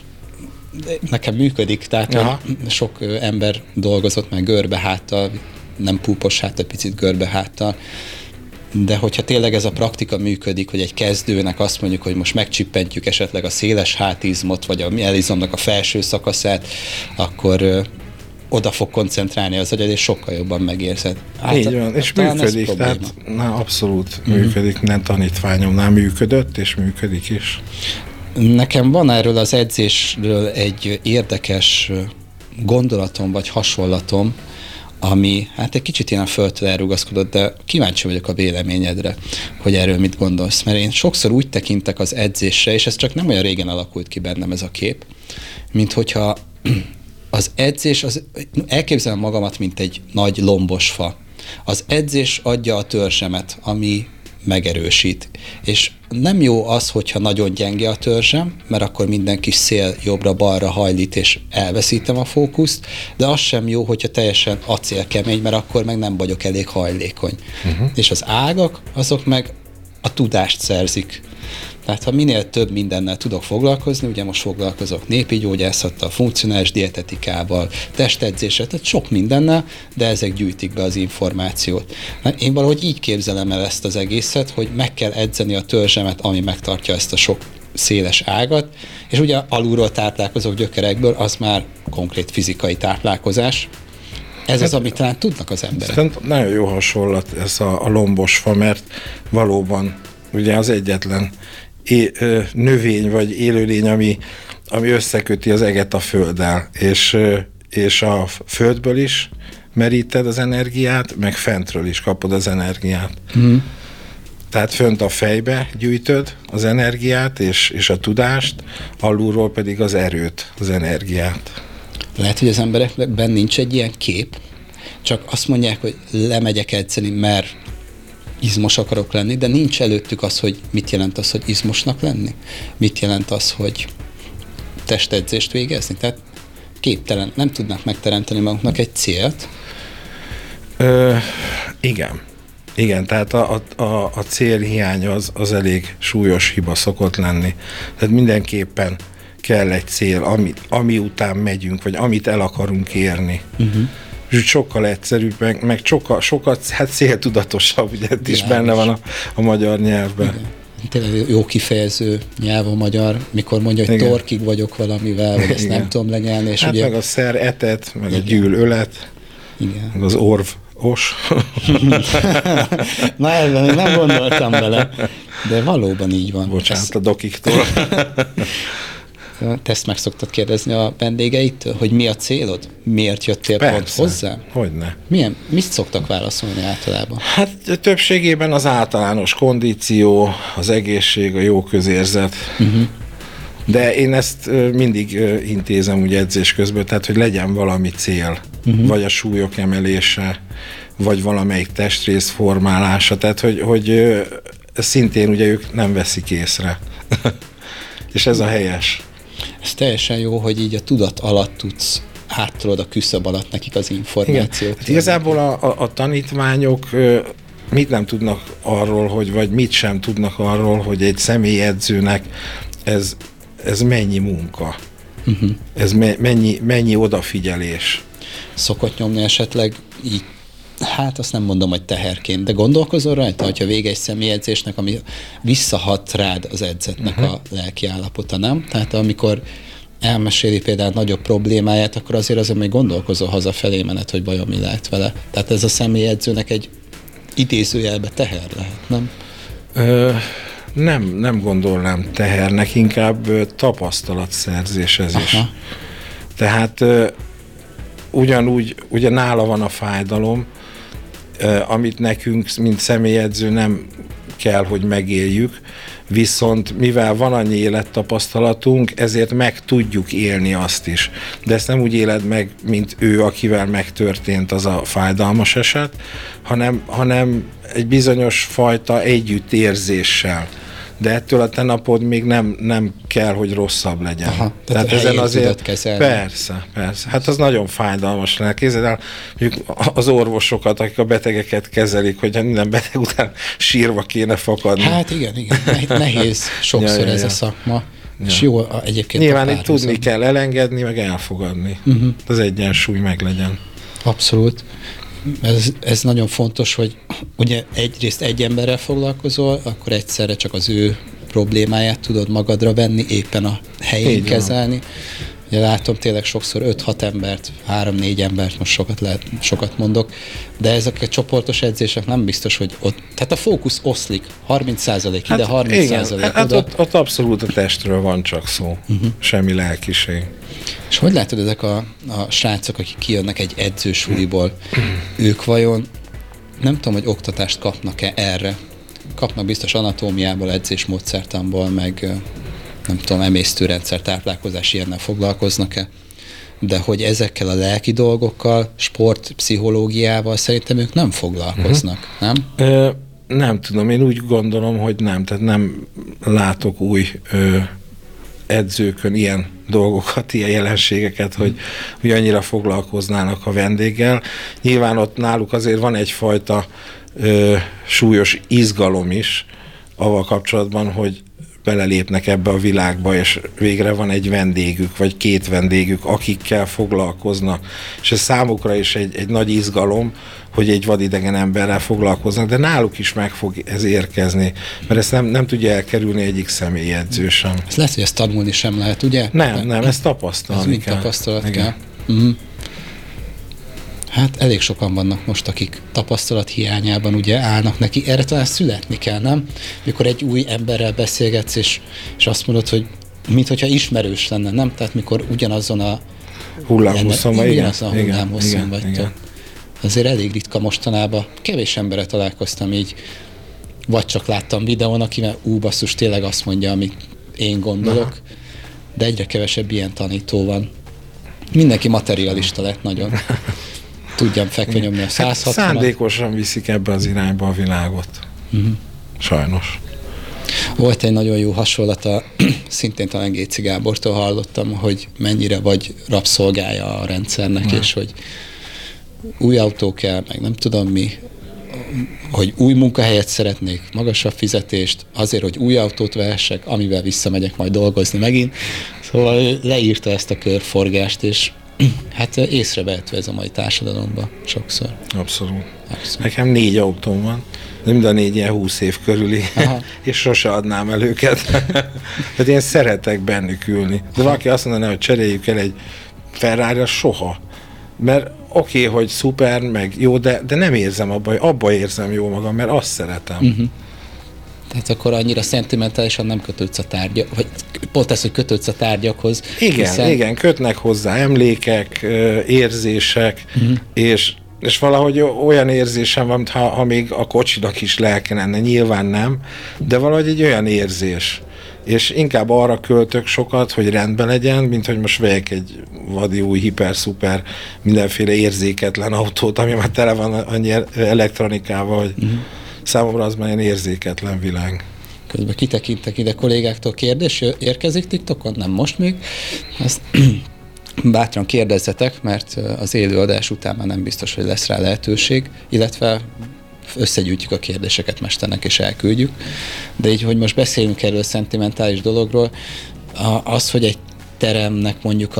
De nekem működik, tehát sok ember dolgozott meg görbe háttal, nem púpos háttal, picit görbe háttal. De hogyha tényleg ez a praktika működik, hogy egy kezdőnek azt mondjuk, hogy most megcsippentjük esetleg a széles hátizmot, vagy a mellizomnak a felső szakaszát, akkor ö, oda fog koncentrálni az agyad, és sokkal jobban megérzed. Hát, így van, és működik, tehát na, abszolút mm-hmm. működik, minden tanítványomnál működött, és működik is. Nekem van erről az edzésről egy érdekes gondolatom, vagy hasonlatom, ami hát egy kicsit ilyen a földtől elrugaszkodott, de kíváncsi vagyok a véleményedre, hogy erről mit gondolsz. Mert én sokszor úgy tekintek az edzésre, és ez csak nem olyan régen alakult ki bennem ez a kép, mint hogyha az edzés, az, elképzelem magamat, mint egy nagy lombos fa. Az edzés adja a törzsemet, ami megerősít. És nem jó az, hogyha nagyon gyenge a törzsem, mert akkor minden kis szél jobbra-balra hajlít, és elveszítem a fókuszt, de az sem jó, hogyha teljesen acélkemény, mert akkor meg nem vagyok elég hajlékony. Uh-huh. És az ágak, azok meg a tudást szerzik. Tehát ha minél több mindennel tudok foglalkozni, ugye most foglalkozok népi gyógyászattal, funkcionális dietetikával, testedzéssel, tehát sok mindennel, de ezek gyűjtik be az információt. Én valahogy így képzelem el ezt az egészet, hogy meg kell edzeni a törzsemet, ami megtartja ezt a sok széles ágat, és ugye alulról táplálkozok gyökerekből, az már konkrét fizikai táplálkozás. Ez hát, az, amit talán tudnak az emberek. Szerintem nagyon jó hasonlat ez a, a lombos fa, mert valóban ugye az egyetlen é, ö, növény vagy élőlény, ami, ami összeköti az eget a földdel, és, ö, és a földből is meríted az energiát, meg fentről is kapod az energiát. Mm. Tehát fönt a fejbe gyűjtöd az energiát és, és a tudást, alulról pedig az erőt, az energiát. Lehet, hogy az emberekben nincs egy ilyen kép, csak azt mondják, hogy lemegyek edzeni, mert izmos akarok lenni, de nincs előttük az, hogy mit jelent az, hogy izmosnak lenni. Mit jelent az, hogy testedzést végezni. Tehát képtelen, nem tudnak megteremteni maguknak egy célt. Ö, igen. Igen, tehát a, a, a célhiány az, az elég súlyos hiba szokott lenni. Tehát mindenképpen kell egy cél, ami, ami után megyünk, vagy amit el akarunk érni. Uh-huh. És sokkal egyszerűbb, meg, meg sokkal, sokkal hát céltudatosabb, ugye itt is benne van a, a magyar nyelvben. Igen. Tényleg jó kifejező nyelv a magyar, mikor mondja, hogy igen, torkig vagyok valamivel, vagy ezt igen, nem tudom lenyelni. És hát ugye... meg a szer etet, meg igen, a gyűl ölet, igen, meg az orv os. Na ebben én nem gondoltam bele, de valóban így van. Bocsánat ez... a dokiktól. Te ezt meg szoktad kérdezni a vendégeitől, hogy mi a célod? Miért jöttél persze, pont hozzá? Hogyne. Milyen, mit szoktak válaszolni általában? Hát többségében az általános kondíció, az egészség, a jó közérzet. Uh-huh. De én ezt mindig intézem úgy edzés közben, tehát hogy legyen valami cél, uh-huh, vagy a súlyok emelése, vagy valamelyik testrész formálása, tehát hogy, hogy szintén ugye ők nem veszik észre. És ez a helyes. Ez teljesen jó, hogy így a tudat alatt tudsz, áttolod a küszöb alatt nekik az információt. Hát igazából a, a, a tanítványok mit nem tudnak arról, hogy, vagy mit sem tudnak arról, hogy egy személyedzőnek ez, ez mennyi munka, uh-huh, ez me, mennyi, mennyi odafigyelés. Szokott nyomni esetleg így hát azt nem mondom, hogy teherként, de gondolkozol rajta, hogyha vége egy személyedzésnek, ami visszahat rád az edzetnek uh-huh. a lelki állapota, nem? Tehát amikor elmeséli például nagyobb problémáját, akkor azért azért még gondolkozol hazafelé menet, hogy vajon mi lehet vele. Tehát ez a személyedzőnek egy idézőjelbe teher lehet, nem? Ö, nem, nem gondolnám tehernek, inkább ö, tapasztalatszerzés ez Aha. is. Tehát ö, ugyanúgy, ugye nála van a fájdalom, ö, amit nekünk, mint személyedző nem kell, hogy megéljük, viszont mivel van annyi élettapasztalatunk, ezért meg tudjuk élni azt is. De ezt nem úgy éled meg, mint ő, akivel megtörtént az a fájdalmas eset, hanem, hanem egy bizonyos fajta együttérzéssel. De ettől a te napod még nem, nem kell, hogy rosszabb legyen. Aha, tehát tehát ezen azért persze, persze. Hát az nagyon fájdalmas lenne. Képzeld el, az orvosokat, akik a betegeket kezelik, hogy minden beteg után sírva kéne fakadni. Hát igen, igen. Nehéz sokszor ja, ja, ez ja. a szakma. Ja. És jó egyébként. Nyilván itt tudni kell elengedni, meg elfogadni. Uh-huh. Az egyensúly meg legyen. Abszolút. Ez, ez nagyon fontos, hogy ugye egyrészt egy emberrel foglalkozol, akkor egyszerre csak az ő problémáját tudod magadra venni, éppen a helyén Így kezelni. Van. Ugye látom tényleg sokszor öt-hat embert, három-négy embert, most sokat lehet, sokat mondok, de ezek a csoportos edzések nem biztos, hogy ott, tehát a fókusz oszlik, harminc százalék ide, hát harminc százalék oda. Hát ott, ott abszolút a testről van csak szó, uh-huh. semmi lelkiség. És hogy látod, ezek a, a srácok, akik kijönnek egy edzősuliból, ők vajon, nem tudom, hogy oktatást kapnak-e erre? Kapnak biztos anatómiából, edzésmódszertanból, meg nem tudom, emésztőrendszer, táplálkozás, ilyennel foglalkoznak-e? De hogy ezekkel a lelki dolgokkal, sportpszichológiával szerintem ők nem foglalkoznak, uh-huh. nem? Ö, nem tudom, én úgy gondolom, hogy nem, tehát nem látok új ö, edzőkön ilyen dolgokat, ilyen jelenségeket, hogy, hogy annyira foglalkoznának a vendéggel. Nyilván ott náluk azért van egyfajta ö, súlyos izgalom is avval kapcsolatban, hogy belelépnek ebbe a világba, és végre van egy vendégük, vagy két vendégük, akikkel foglalkoznak. És ez számukra is egy, egy nagy izgalom, hogy egy vadidegen emberrel foglalkoznak, de náluk is meg fog ez érkezni, mert ezt nem, nem tudja elkerülni egyik személyedző sem. Ez lehet, hogy ezt tanulni sem lehet, ugye? Nem, nem, ezt tapasztalni ez mind kell. tapasztalat kell. Uh-huh. Hát elég sokan vannak most, akik tapasztalat hiányában ugye állnak neki. Erre talán születni kell, nem? Mikor egy új emberrel beszélgetsz, és, és azt mondod, hogy minthogyha ismerős lenne, nem? Tehát mikor ugyanazon a hullámhosszon vagy, ugyanazon a hullámhosszon vagytok. Azért elég ritka mostanában. Kevés emberre találkoztam így, vagy csak láttam videón, akivel ú, basszus, tényleg azt mondja, amit én gondolok, Aha. de egyre kevesebb ilyen tanító van. Mindenki materialista lett nagyon. Tudjam fekve nyomni a száz hatvanat. Hát szándékosan viszik ebbe az irányba a világot. Uh-huh. Sajnos. Volt egy nagyon jó hasonlata, szintén talán Géci Gábortól hallottam, hogy mennyire vagy rabszolgája a rendszernek, uh-huh. és hogy új autó kell, meg nem tudom mi, hogy új munkahelyet szeretnék, magasabb fizetést, azért, hogy új autót vehessek, amivel visszamegyek majd dolgozni megint. Szóval leírta ezt a körforgást, és hát észrevehető ez a mai társadalomban sokszor. Abszolút. Abszolút. Nekem négy autóm van, de mind a négy ilyen húsz év körüli, és sose adnám el őket. Tehát én szeretek bennük ülni. De valaki azt mondaná, hogy cseréljük el egy Ferrari-ra, soha. Mert oké, okay, hogy szuper, meg jó, de, de nem érzem abban, abba érzem jó magam, mert azt szeretem. Uh-huh. Tehát akkor annyira szentimentálisan nem kötődsz a tárgyak, vagy pont ez, hogy kötődsz a tárgyakhoz. Igen, hiszen... igen, kötnek hozzá emlékek, érzések, uh-huh. és, és valahogy olyan érzésem van, ha, ha még a kocsinak is lelke lenne, nyilván nem, de valahogy egy olyan érzés. És inkább arra költök sokat, hogy rendben legyen, mint hogy most vegyek egy vadi új, hiper-szuper, mindenféle érzéketlen autót, ami már tele van annyi elektronikával, hogy uh-huh. számomra az már ilyen érzéketlen világ. Közben kitekintek ide kollégáktól, kérdés érkezik TikTokon? Nem most még. Ezt bátran kérdezzetek, mert az élőadás után már nem biztos, hogy lesz rá lehetőség, illetve összegyűjtjük a kérdéseket mesternek és elküldjük. De így, hogy most beszélünk erről a szentimentális dologról, az, hogy egy teremnek mondjuk a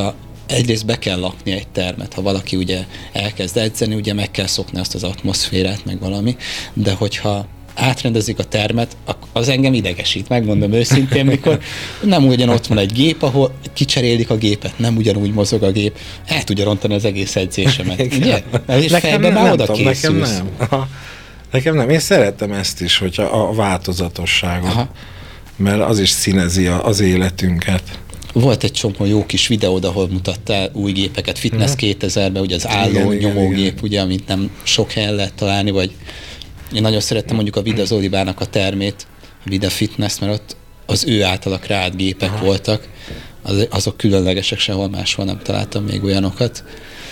egyrészt be kell lakni egy termet, ha valaki ugye elkezd edzeni, ugye meg kell szokni azt az atmoszférát, meg valami, de hogyha átrendezik a termet, az engem idegesít, megmondom őszintén, mikor nem ugyan ott van egy gép, ahol kicserélik a gépet, nem ugyanúgy mozog a gép, el tudja rontani az egész edzésemet. Ugye? És fejben már oda készülsz. Nekem nem. Aha. Nekem nem. Én szeretem ezt is, hogy a, a változatosságot. Aha. Mert az is színezi az életünket. Volt egy csomó jó kis videód, ahol mutattál új gépeket, Fitness uh-huh. kétezerben, ugye az álló igen, nyomógép, igen, ugye, amit nem sok helyen lehet találni, vagy én nagyon szerettem mondjuk a Vida Zolibának a termét, a Vida Fitness, mert ott az ő általa kreált gépek aha. voltak, az, azok különlegesek, sehol máshol nem találtam még olyanokat.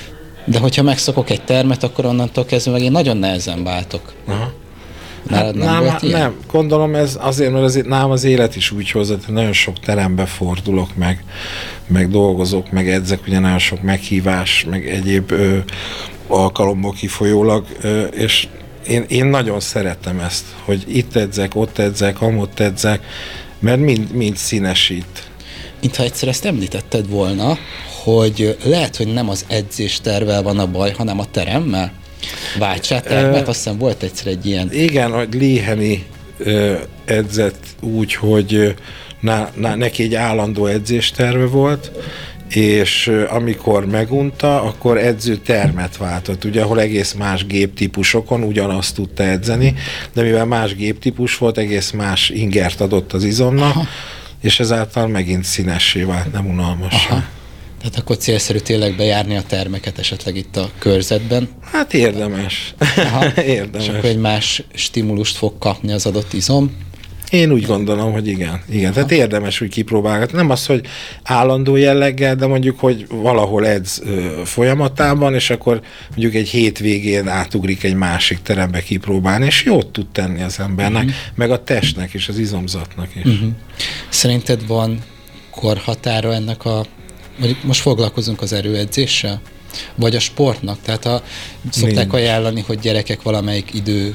De hogyha megszokok egy termet, akkor onnantól kezdve meg én nagyon nehezen váltok. Aha. Hát nem, nem, volt ilyen? Nem, gondolom ez azért, mert azért nálam az élet is úgy hozott, hogy nagyon sok terembe fordulok meg, meg dolgozok, meg edzek, ugye nagyon sok meghívás, meg egyéb ö, alkalomból kifolyólag, ö, és én, én nagyon szeretem ezt, hogy itt edzek, ott edzek, amott edzek, mert mind, mind színesít. Mintha egyszer ezt említetted volna, hogy lehet, hogy nem az edzéstervvel van a baj, hanem a teremmel? Váltsát termet, azt hiszem volt egyszer egy ilyen. Igen, hogy Léheni ö, edzett úgy, hogy na, na, neki egy állandó edzésterve volt, és ö, amikor megunta, akkor edzőtermet váltott, ugye, ahol egész más géptípusokon ugyanazt tudta edzeni, de mivel más géptípus volt, egész más ingert adott az izomnak, aha. és ezáltal megint színessé vált, nem unalmassá. Tehát akkor célszerű tényleg bejárni a termeket esetleg itt a körzetben? Hát érdemes. Aha. érdemes. És akkor egy más stimulust fog kapni az adott izom? Én úgy gondolom, hogy igen. igen. Tehát érdemes úgy kipróbálgatni. Nem az, hogy állandó jelleggel, de mondjuk, hogy valahol edz ö, folyamatában, és akkor mondjuk egy hétvégén átugrik egy másik terembe kipróbálni, és jót tud tenni az embernek, uh-huh. meg a testnek és az izomzatnak is. Uh-huh. Szerinted van korhatára ennek a most foglalkozunk az erőedzéssel? Vagy a sportnak? Tehát a, szokták Nincs. ajánlani, hogy gyerekek valamelyik idő,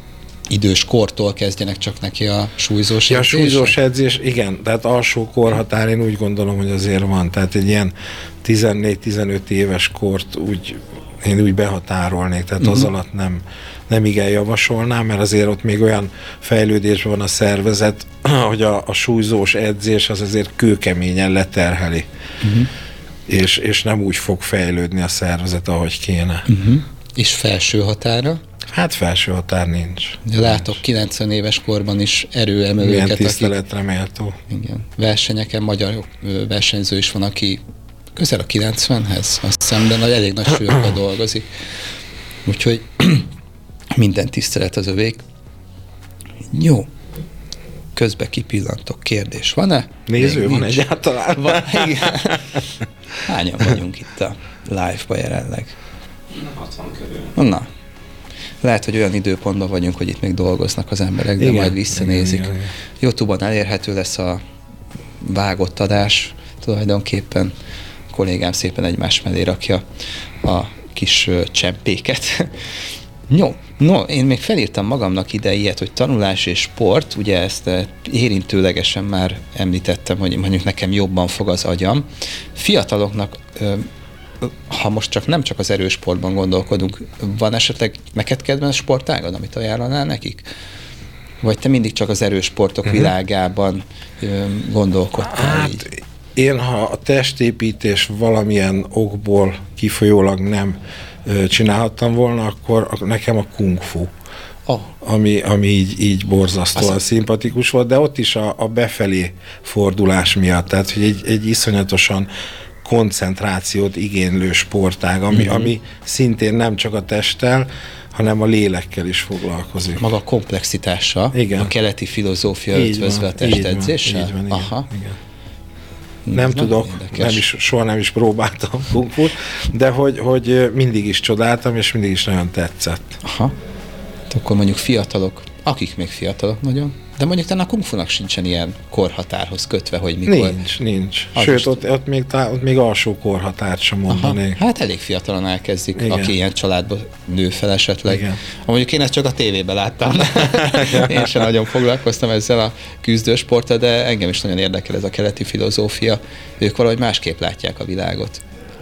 idős kortól kezdjenek csak neki a súlyzós ja, edzésre? A súlyzós edzés, igen. Tehát alsó korhatár én úgy gondolom, hogy azért van. Tehát egy ilyen tizennégy-tizenöt éves kort úgy, én úgy behatárolnék. Tehát uh-huh. az alatt nem, nem igen javasolnám, mert azért ott még olyan fejlődésben van a szervezet, hogy a, a súlyzós edzés az azért kőkeményen leterheli. Uh-huh. És, és nem úgy fog fejlődni a szervezet, ahogy kéne. Uh-huh. És felső határa? Hát felső határ nincs. Látok nincs. kilencven éves korban is erőemelőket. Milyen tiszteletre méltó. Igen. Versenyeken magyar versenyző is van, aki közel a kilencvenhez, azt hiszem, de elég nagy súlyokkal dolgozik. Úgyhogy minden tisztelet az övék. Jó. Közbe kipillantok. Kérdés van-e? Néző Még van nincs. Egyáltalán. Van, igen. Hányan vagyunk itt a live-ba jelenleg? hatvan körül. Na. Lehet, hogy olyan időpontban vagyunk, hogy itt még dolgoznak az emberek, de igen, majd visszanézik. Igen, igen, igen. YouTube-on elérhető lesz a vágott adás. Tulajdonképpen a kollégám szépen egymás mellé rakja a kis csempéket. Jó, no, én még felírtam magamnak ide ilyet, hogy tanulás és sport, ugye ezt érintőlegesen már említettem, hogy mondjuk nekem jobban fog az agyam. Fiataloknak, ha most csak nem csak az erősportban gondolkodunk, van esetleg neked kedvenc sportágad, amit ajánlanál nekik? Vagy te mindig csak az erősportok uh-huh. világában gondolkodtál hát, így? Én, ha a testépítés valamilyen okból kifolyólag nem csinálhattam volna, akkor nekem a kung fu, oh. ami, ami így, így borzasztóan szimpatikus volt, de ott is a, a befelé fordulás miatt, tehát hogy egy, egy iszonyatosan koncentrációt igénylő sportág, ami, mm-hmm. ami szintén nem csak a testtel, hanem a lélekkel is foglalkozik. Maga a komplexitása, igen. A keleti filozófia így ötvözve van, a testedzéssel? Így van, így van, Aha. igen. igen. Nem Ez tudok, nem is, soha nem is próbáltam kung fu, de hogy, hogy mindig is csodáltam, és mindig is nagyon tetszett. Aha. Hát akkor mondjuk fiatalok, akik még fiatalok nagyon, de mondjuk talán a kung funak sincsen ilyen korhatárhoz kötve, hogy mikor... Nincs, nincs. Az Sőt, ott, ott, még, ott még alsó korhatárt sem mondanék. Aha. Hát elég fiatalon elkezdik, igen. aki ilyen családban nő fel esetleg. Igen. Mondjuk én ezt csak a tévében láttam. Én sem nagyon foglalkoztam ezzel a küzdősporttal, de engem is nagyon érdekel ez a keleti filozófia. Ők valahogy másképp látják a világot.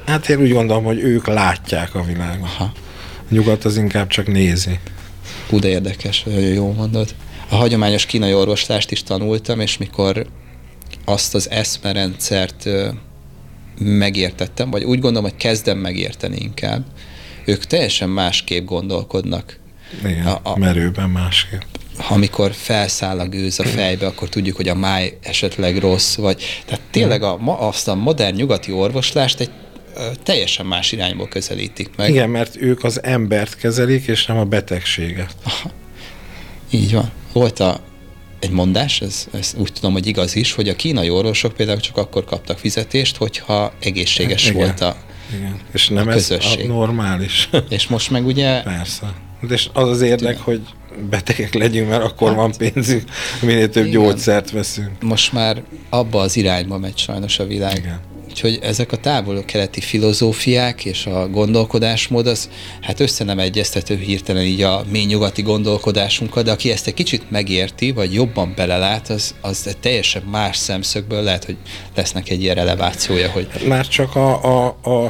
Hát én úgy gondolom, hogy ők látják a világot. Aha. A nyugat az inkább csak nézi. Hú, de érdekes, nagyon jól mondod. A hagyományos kínai orvoslást is tanultam, és mikor azt az eszmerendszert megértettem, vagy úgy gondolom, hogy kezdem megérteni inkább, ők teljesen másképp gondolkodnak. Igen, a, a, merőben másképp. Amikor felszáll a gőz a fejbe, akkor tudjuk, hogy a máj esetleg rossz, vagy... Tehát tényleg a, azt a modern nyugati orvoslást egy teljesen más irányból közelítik meg. Igen, mert ők az embert kezelik, és nem a betegséget. Aha. Így van. Volt a, egy mondás, ez, ez úgy tudom, hogy igaz is, hogy a kínai orvosok például csak akkor kaptak fizetést, hogyha egészséges igen, volt a igen. És nem a közösség. Ez a normális. És most meg ugye... Persze. És az az érdek, hogy betegek legyünk, mert akkor hát, van pénzünk, minél több igen. gyógyszert veszünk. Most már abba az irányba megy sajnos a világ. Igen. Úgyhogy ezek a távol-keleti filozófiák és a gondolkodásmód, az hát össze nem egyeztető hirtelen így a mi nyugati gondolkodásunkkal, de aki ezt egy kicsit megérti, vagy jobban belelát, az, az egy teljesen más szemszögből lehet, hogy lesznek egy ilyen relevációja, hogy... Már csak a, a, a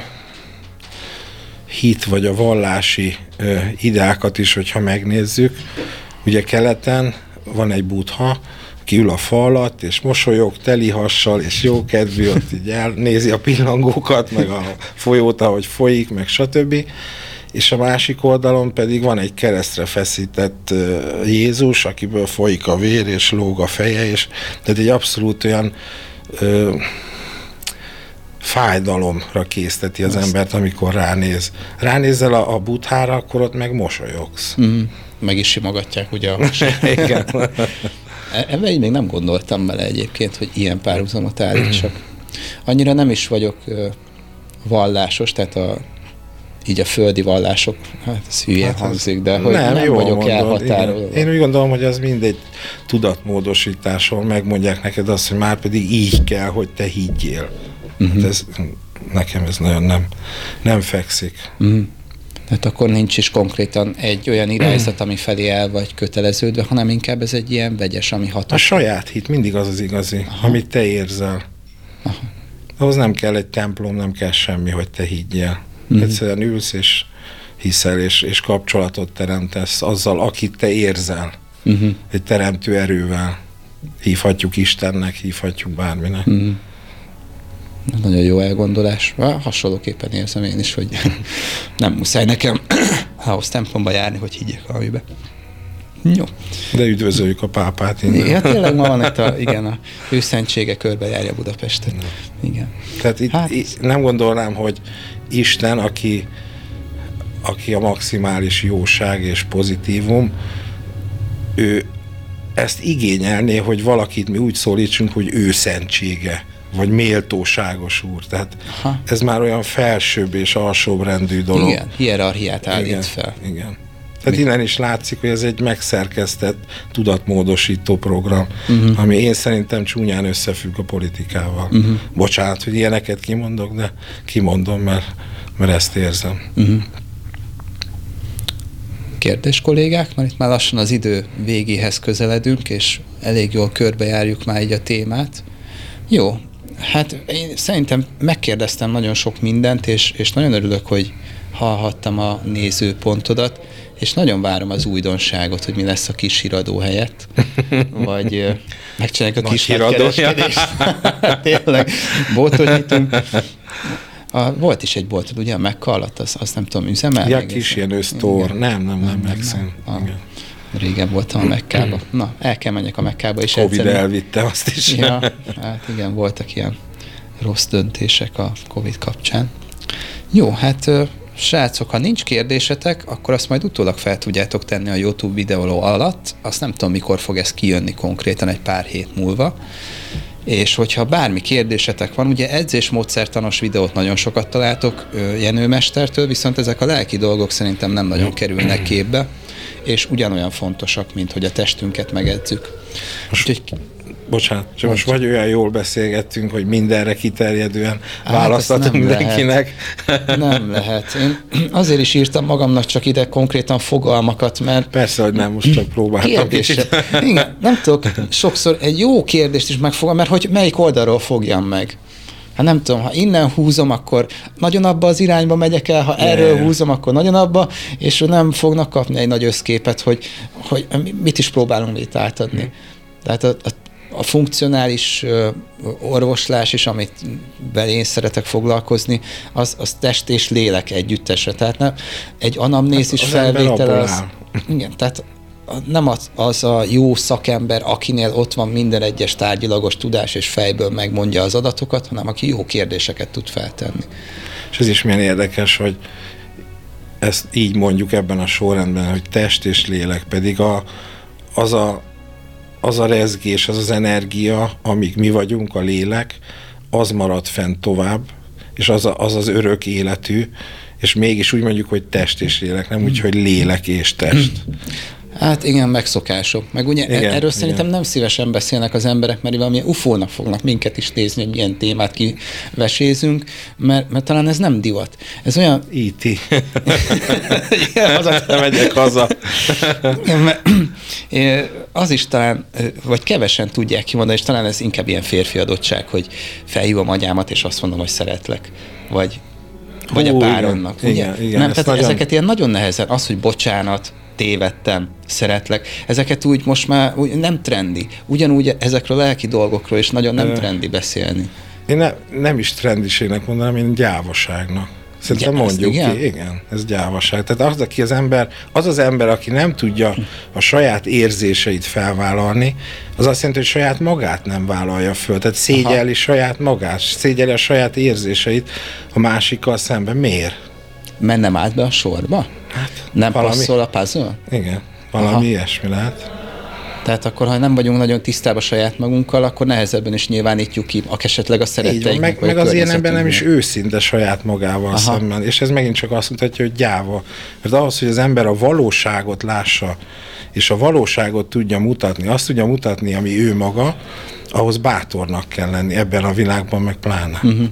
hit, vagy a vallási ö, ideákat is, hogyha megnézzük, ugye keleten van egy Buddha, ki ül a fa alatt, és mosolyog, teli hassal, és jó kedvű, ott így elnézi a pillangókat, meg a folyót, ahogy folyik, meg stb. És a másik oldalon pedig van egy keresztre feszített uh, Jézus, akiből folyik a vér, és lóg a feje, és tehát egy abszolút olyan uh, fájdalomra készteti az Azt. embert, amikor ránéz. Ránézel a, a Buddhára, akkor ott meg mosolyogsz. Mm, meg is simogatják, ugye a igen. Ebben így még nem gondoltam bele egyébként, hogy ilyen párhuzamot állítsak. Annyira nem is vagyok uh, vallásos, tehát a, így a földi vallások, hát ez hülye hát hangzik, de hogy nem, nem vagyok elhatárolva. Én úgy gondolom, hogy az mindegy tudatmódosításról megmondják neked azt, hogy már pedig így kell, hogy te higgyél. Uh-huh. Hát ez, nekem ez nagyon nem, nem fekszik. Uh-huh. Tehát akkor nincs is konkrétan egy olyan irányzat, ami felé el vagy köteleződve, hanem inkább ez egy ilyen vegyes, ami hatott. A saját hit mindig az az igazi, aha. amit te érzel. Aha. Ahhoz nem kell egy templom, nem kell semmi, hogy te higgyél. Mm-hmm. Egyszerűen ülsz és hiszel, és, és kapcsolatot teremtesz azzal, akit te érzel. Mm-hmm. Egy teremtő erővel. Hívhatjuk Istennek, hívhatjuk bárminek. Mm-hmm. Nagyon jó elgondolás. Hasonlóképpen érzem én is, hogy nem muszáj nekem ahhoz templomba járni, hogy higgyek valamibe. Jó. De üdvözöljük a pápát innen. Igen, tényleg ma van itt a, igen, a ő szentsége körbe járja Budapestet. Igen. Tehát itt, hát, itt nem gondolnám, hogy Isten, aki, aki a maximális jóság és pozitívum, ő ezt igényelné, hogy valakit mi úgy szólítsunk, hogy ő szentsége, vagy méltóságos úr. Tehát aha. ez már olyan felsőbb és alsóbb rendű dolog. Igen, hierarchiát állít igen, fel. Igen. Tehát innen is látszik, hogy ez egy megszerkesztett tudatmódosító program, uh-huh. ami én szerintem csúnyán összefügg a politikával. Uh-huh. Bocsánat, hogy ilyeneket kimondok, de kimondom, mert, mert ezt érzem. Uh-huh. Kérdés, kollégák? Mert itt már lassan az idő végéhez közeledünk, és elég jól körbejárjuk már így a témát. Jó, hát én szerintem megkérdeztem nagyon sok mindent, és, és nagyon örülök, hogy hallhattam a nézőpontodat, és nagyon várom az újdonságot, hogy mi lesz a kis híradó helyett, vagy uh, megcsináljuk a kis kereskedést. Tényleg, boltot nyitunk. A, volt is egy boltod, ugye a Mekka alatt, azt az nem tudom, üzemel? Ja, kis ilyen sztor. Nem, nem, nem, megszín. Régen voltam a Mekkába. Na, el kell menjek a Mekkába is. Covid egyszerűen elvitte azt is. Ja, hát igen, voltak ilyen rossz döntések a Covid kapcsán. Jó, hát srácok, ha nincs kérdésetek, akkor azt majd utólag fel tudjátok tenni a YouTube videó alatt. Azt nem tudom, mikor fog ez kijönni konkrétan, egy pár hét múlva. És hogyha bármi kérdésetek van, ugye edzésmódszertanos videót nagyon sokat találtok Jenő mestertől, viszont ezek a lelki dolgok szerintem nem nagyon kerülnek képbe, és ugyanolyan fontosak, mint hogy a testünket megedzük. Most, Úgyhogy, bocsánat, csak most vagy olyan jól beszélgettünk, hogy mindenre kiterjedően hát választatunk mindenkinek. Lehet. Nem lehet. Én azért is írtam magamnak csak ide konkrétan fogalmakat, mert... Persze, hogy nem, most csak próbáltam kicsit. Igen, nem tudok sokszor egy jó kérdést is megfogalmazni, mert hogy melyik oldalról fogjam meg. Hát nem tudom, ha innen húzom, akkor nagyon abba az irányba megyek el, ha erről yeah. húzom, akkor nagyon abba, és nem fognak kapni egy nagy összképet, hogy, hogy mit is próbálunk itt átadni. Mm. Tehát a, a, a funkcionális orvoslás is, amit belé én szeretek foglalkozni, az, az test és lélek együttesre. Tehát nem, egy anamnézis hát felvétel az... Igen, tehát nem az, az a jó szakember, akinél ott van minden egyes tárgyilagos tudás, és fejből megmondja az adatokat, hanem aki jó kérdéseket tud feltenni. És ez is milyen érdekes, hogy ezt így mondjuk ebben a sorrendben, hogy test és lélek, pedig a, az, a, az a rezgés, az az energia, amíg mi vagyunk, a lélek, az marad fent tovább, és az a, az, az örök életű, és mégis úgy mondjuk, hogy test és lélek, nem úgy, hogy lélek és test. Hát igen, megszokások. Meg ugye igen, erről igen. Szerintem nem szívesen beszélnek az emberek, mert valamilyen ufónak fognak minket is nézni, hogy milyen témát kivesézünk, mert, mert talán ez nem divat. Ez olyan... í té. Nem megyek haza. Az is talán, vagy kevesen tudják kimondani, és talán ez inkább ilyen férfi adottság, hogy felhívom agyámat, és azt mondom, hogy szeretlek. Vagy, vagy Hú, a páromnak. Igen, igen, igen, nem, tehát nagyon... ezeket ilyen nagyon nehezen, az, hogy bocsánat, tévedtem, szeretlek. Ezeket úgy most már úgy nem trendi. Ugyanúgy ezekről a lelki dolgokról is nagyon nem trendi beszélni. Én ne, nem is trendiségnek mondanám, én gyávaságnak. Szerintem mondjuk igen? ki, igen, ez gyávaság. Tehát az, aki az ember, az az ember, aki nem tudja a saját érzéseit felvállalni, az azt jelenti, hogy saját magát nem vállalja föl. Tehát szégyelli Aha. saját magát, szégyelli a saját érzéseit a másikkal szemben. Miért? Mennem át be a sorba? Hát, nem valami, passzol a puzzle? Igen, valami Aha. ilyesmi lehet. Tehát akkor, ha nem vagyunk nagyon tisztában saját magunkkal, akkor nehezebben is nyilvánítjuk ki, esetleg a szeretteink. Meg, meg az ilyen ember nem is őszinte saját magával Aha. szemben. És ez megint csak azt mutatja, hogy gyáva. Mert ahhoz, hogy az ember a valóságot lássa, és a valóságot tudja mutatni, azt tudja mutatni, ami ő maga, ahhoz bátornak kell lenni ebben a világban, meg pláne. Uh-huh.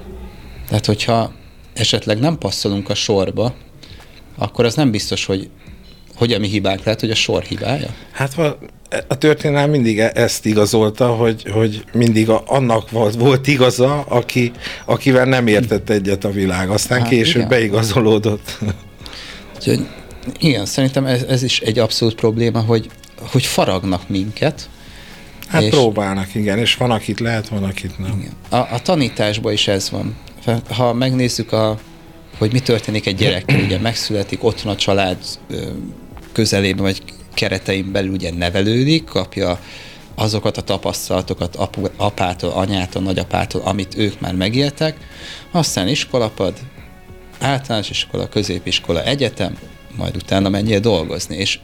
Tehát, hogyha esetleg nem passzolunk a sorba, akkor az nem biztos, hogy, hogy a mi hibánk, lehet, hogy a sor hibája? Hát a történelem mindig ezt igazolta, hogy, hogy mindig a, annak volt, volt igaza, aki, akivel nem értett egyet a világ. Aztán hát, később igen. beigazolódott. Úgyhogy, igen, szerintem ez, ez is egy abszolút probléma, hogy, hogy faragnak minket. Hát és próbálnak, igen, és van, akit lehet, van, akit nem. Igen. A, a tanításban is ez van. Ha megnézzük, a, hogy mi történik egy gyerekkel, ugye megszületik, otthon a család közelében, vagy keretein belül ugye nevelődik, kapja azokat a tapasztalatokat apu, apától, anyától, nagyapától, amit ők már megéltek, aztán iskolapad, általános iskola, középiskola, egyetem, majd utána menjél dolgozni, és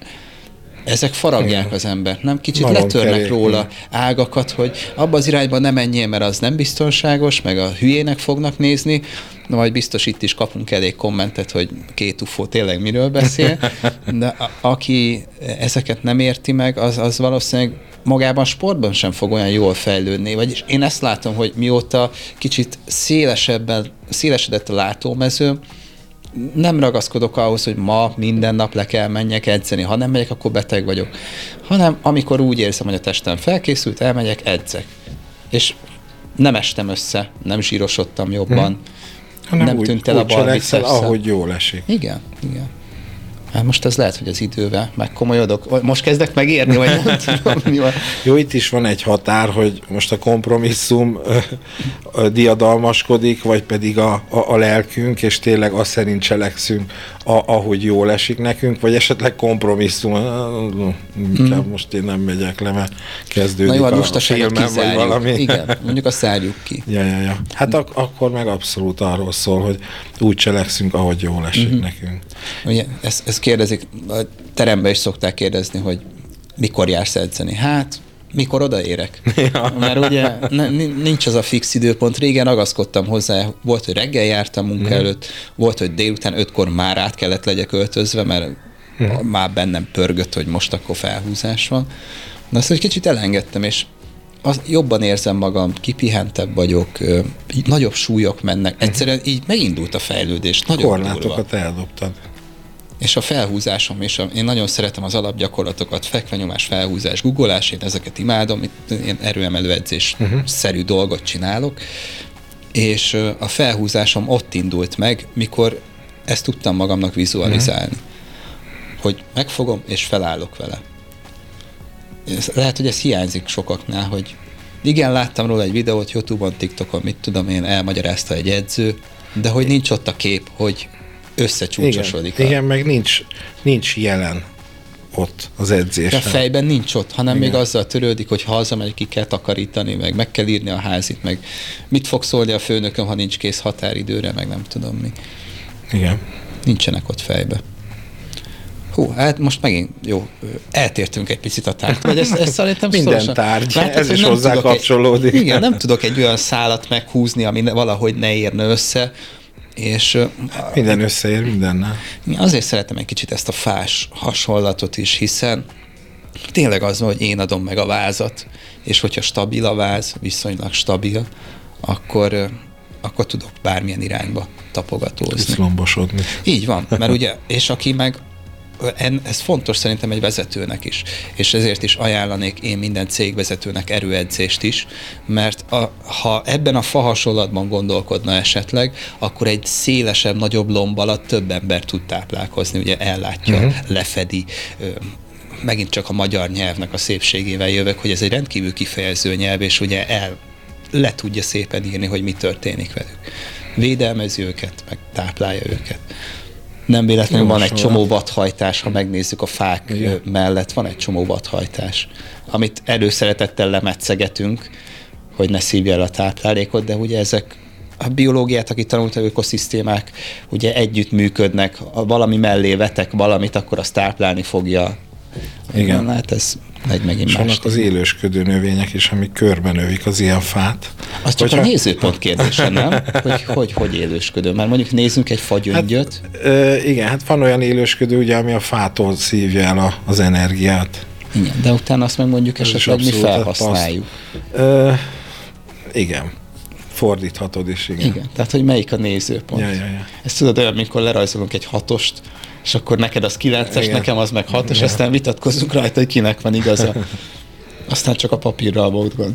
ezek faragják az embert, nem? Kicsit Malom letörnek kerék, róla ágakat, hogy abba az irányba nem menjél, mert az nem biztonságos, meg a hülyének fognak nézni, na majd biztos itt is kapunk elég kommentet, hogy két ufó tényleg miről beszél, de a, aki ezeket nem érti meg, az, az valószínűleg magában a sportban sem fog olyan jól fejlődni. Vagyis én ezt látom, hogy mióta kicsit szélesebben, szélesedett a látómező, nem ragaszkodok ahhoz, hogy ma minden nap le kell menjek edzeni. Ha nem megyek, akkor beteg vagyok. Hanem amikor úgy érzem, hogy a testem felkészült, elmegyek, edzek. És nem estem össze, nem zsírosodtam jobban, hmm. nem úgy, tűnt el a bal bicepszem. Ahogy jól esik. Igen, igen. Hát most ez lehet, hogy az idővel megkomolyodok. Most kezdek megérni, vagy nem tudom, mi van. Jó, itt is van egy határ, hogy most a kompromisszum ö, ö, diadalmaskodik, vagy pedig a, a, a lelkünk, és tényleg azt szerint cselekszünk, a, ahogy jól esik nekünk, vagy esetleg kompromisszum. Inkább hmm. most én nem megyek le, mert kezdődik Na jó, a, most a filmem, vagy valami. Igen, mondjuk azt zárjuk ki. Ja, ja, ja. Hát ak- akkor meg abszolút arról szól, hogy úgy cselekszünk, ahogy jól esik hmm. nekünk. Ugye, ez, ez kérdezik, a teremben is szokták kérdezni, hogy mikor jársz edzeni. Hát, mikor odaérek. Ja. Mert ugye nincs az a fix időpont. Régen ragaszkodtam hozzá, volt, hogy reggel jártam munka mm. előtt, volt, hogy délután ötkor már át kellett legyek öltözve, mert mm. már bennem pörgött, hogy most akkor felhúzás van. De azt egy kicsit elengedtem, és az, jobban érzem magam, kipihentebb vagyok, nagyobb súlyok mennek. Egyszerűen így megindult a fejlődés. A korlátokat eldobtad. És a felhúzásom, és a, én nagyon szeretem az alapgyakorlatokat, fekvenyomás, felhúzás, guggolás, én ezeket imádom, itt én erőemelő edzés-szerű uh-huh. dolgot csinálok, és a felhúzásom ott indult meg, mikor ezt tudtam magamnak vizualizálni. Mm. Hogy megfogom, és felállok vele. Lehet, hogy ez hiányzik sokaknál, hogy igen, láttam róla egy videót YouTube-on, TikTokon, mit tudom én, elmagyarázta egy edző, de hogy nincs ott a kép, hogy összecsúcsosodik. Igen, a... igen, meg nincs, nincs jelen ott az edzésen. A fejben nincs ott, hanem igen. még azzal törődik, hogy ha hazamegy, ki kell takarítani, meg meg kell írni a házit, meg mit fog szólni a főnököm, ha nincs kész határidőre, meg nem tudom mi. Igen. Nincsenek ott fejbe. Hú, hát most megint jó, eltértünk egy picit a tárgy, vagy ezt, ezt szerintem minden szorosan. tárgy, Látod, ez is hozzá kapcsolódik. Egy, igen, nem tudok egy olyan szálat meghúzni, ami valahogy ne érne össze, és... Minden összeér mindennel. Azért szeretem egy kicsit ezt a fás hasonlatot is, hiszen tényleg az van, hogy én adom meg a vázat, és hogyha stabil a váz, viszonylag stabil, akkor, akkor tudok bármilyen irányba tapogatózni. Tudsz lombosodni. Így van, mert ugye, és aki meg ez fontos szerintem egy vezetőnek is, és ezért is ajánlanék én minden cégvezetőnek erőedzést is, mert a, ha ebben a fa hasonlatban gondolkodna esetleg, akkor egy szélesebb, nagyobb lomb alatt több ember tud táplálkozni, ugye ellátja, uh-huh. lefedi, megint csak a magyar nyelvnek a szépségével jövök, hogy ez egy rendkívül kifejező nyelv, és ugye el le tudja szépen írni, hogy mi történik velük. Védelmezi őket, meg táplálja őket. Nem véletlenül van egy csomó vadhajtás, ha megnézzük a fák igen. mellett, van egy csomó vadhajtás, amit előszeretettel lemetszegetünk, hogy ne szívja el a táplálékot, de ugye ezek a biológiát, aki tanulta, ökoszisztémák ugye együtt működnek, valami mellé vetek valamit, akkor azt táplálni fogja. Igen. Na, hát ez egy megint és más. vannak az élősködő növények is, amik körben növik az ilyen fát. Az csak Hogyha... a nézőpont kérdése, nem? Hogy, hogy hogy élősködő? Mert mondjuk nézzünk egy fagyöngyöt. Hát, ö, igen, hát van olyan élősködő, ugye, ami a fától szívja el a, az energiát. Igen, de utána azt meg mondjuk ez esetleg mi felhasználjuk. Ö, igen. Fordíthatod is, igen. Igen, tehát hogy melyik a nézőpont. Ja, ja, ja. Ezt tudod olyan, amikor lerajzolunk egy hatost, és akkor neked az kilences, igen. nekem az meg hatos, ja. aztán vitatkozzunk rajta, hogy kinek van igaza. Aztán csak a papírral volt gond.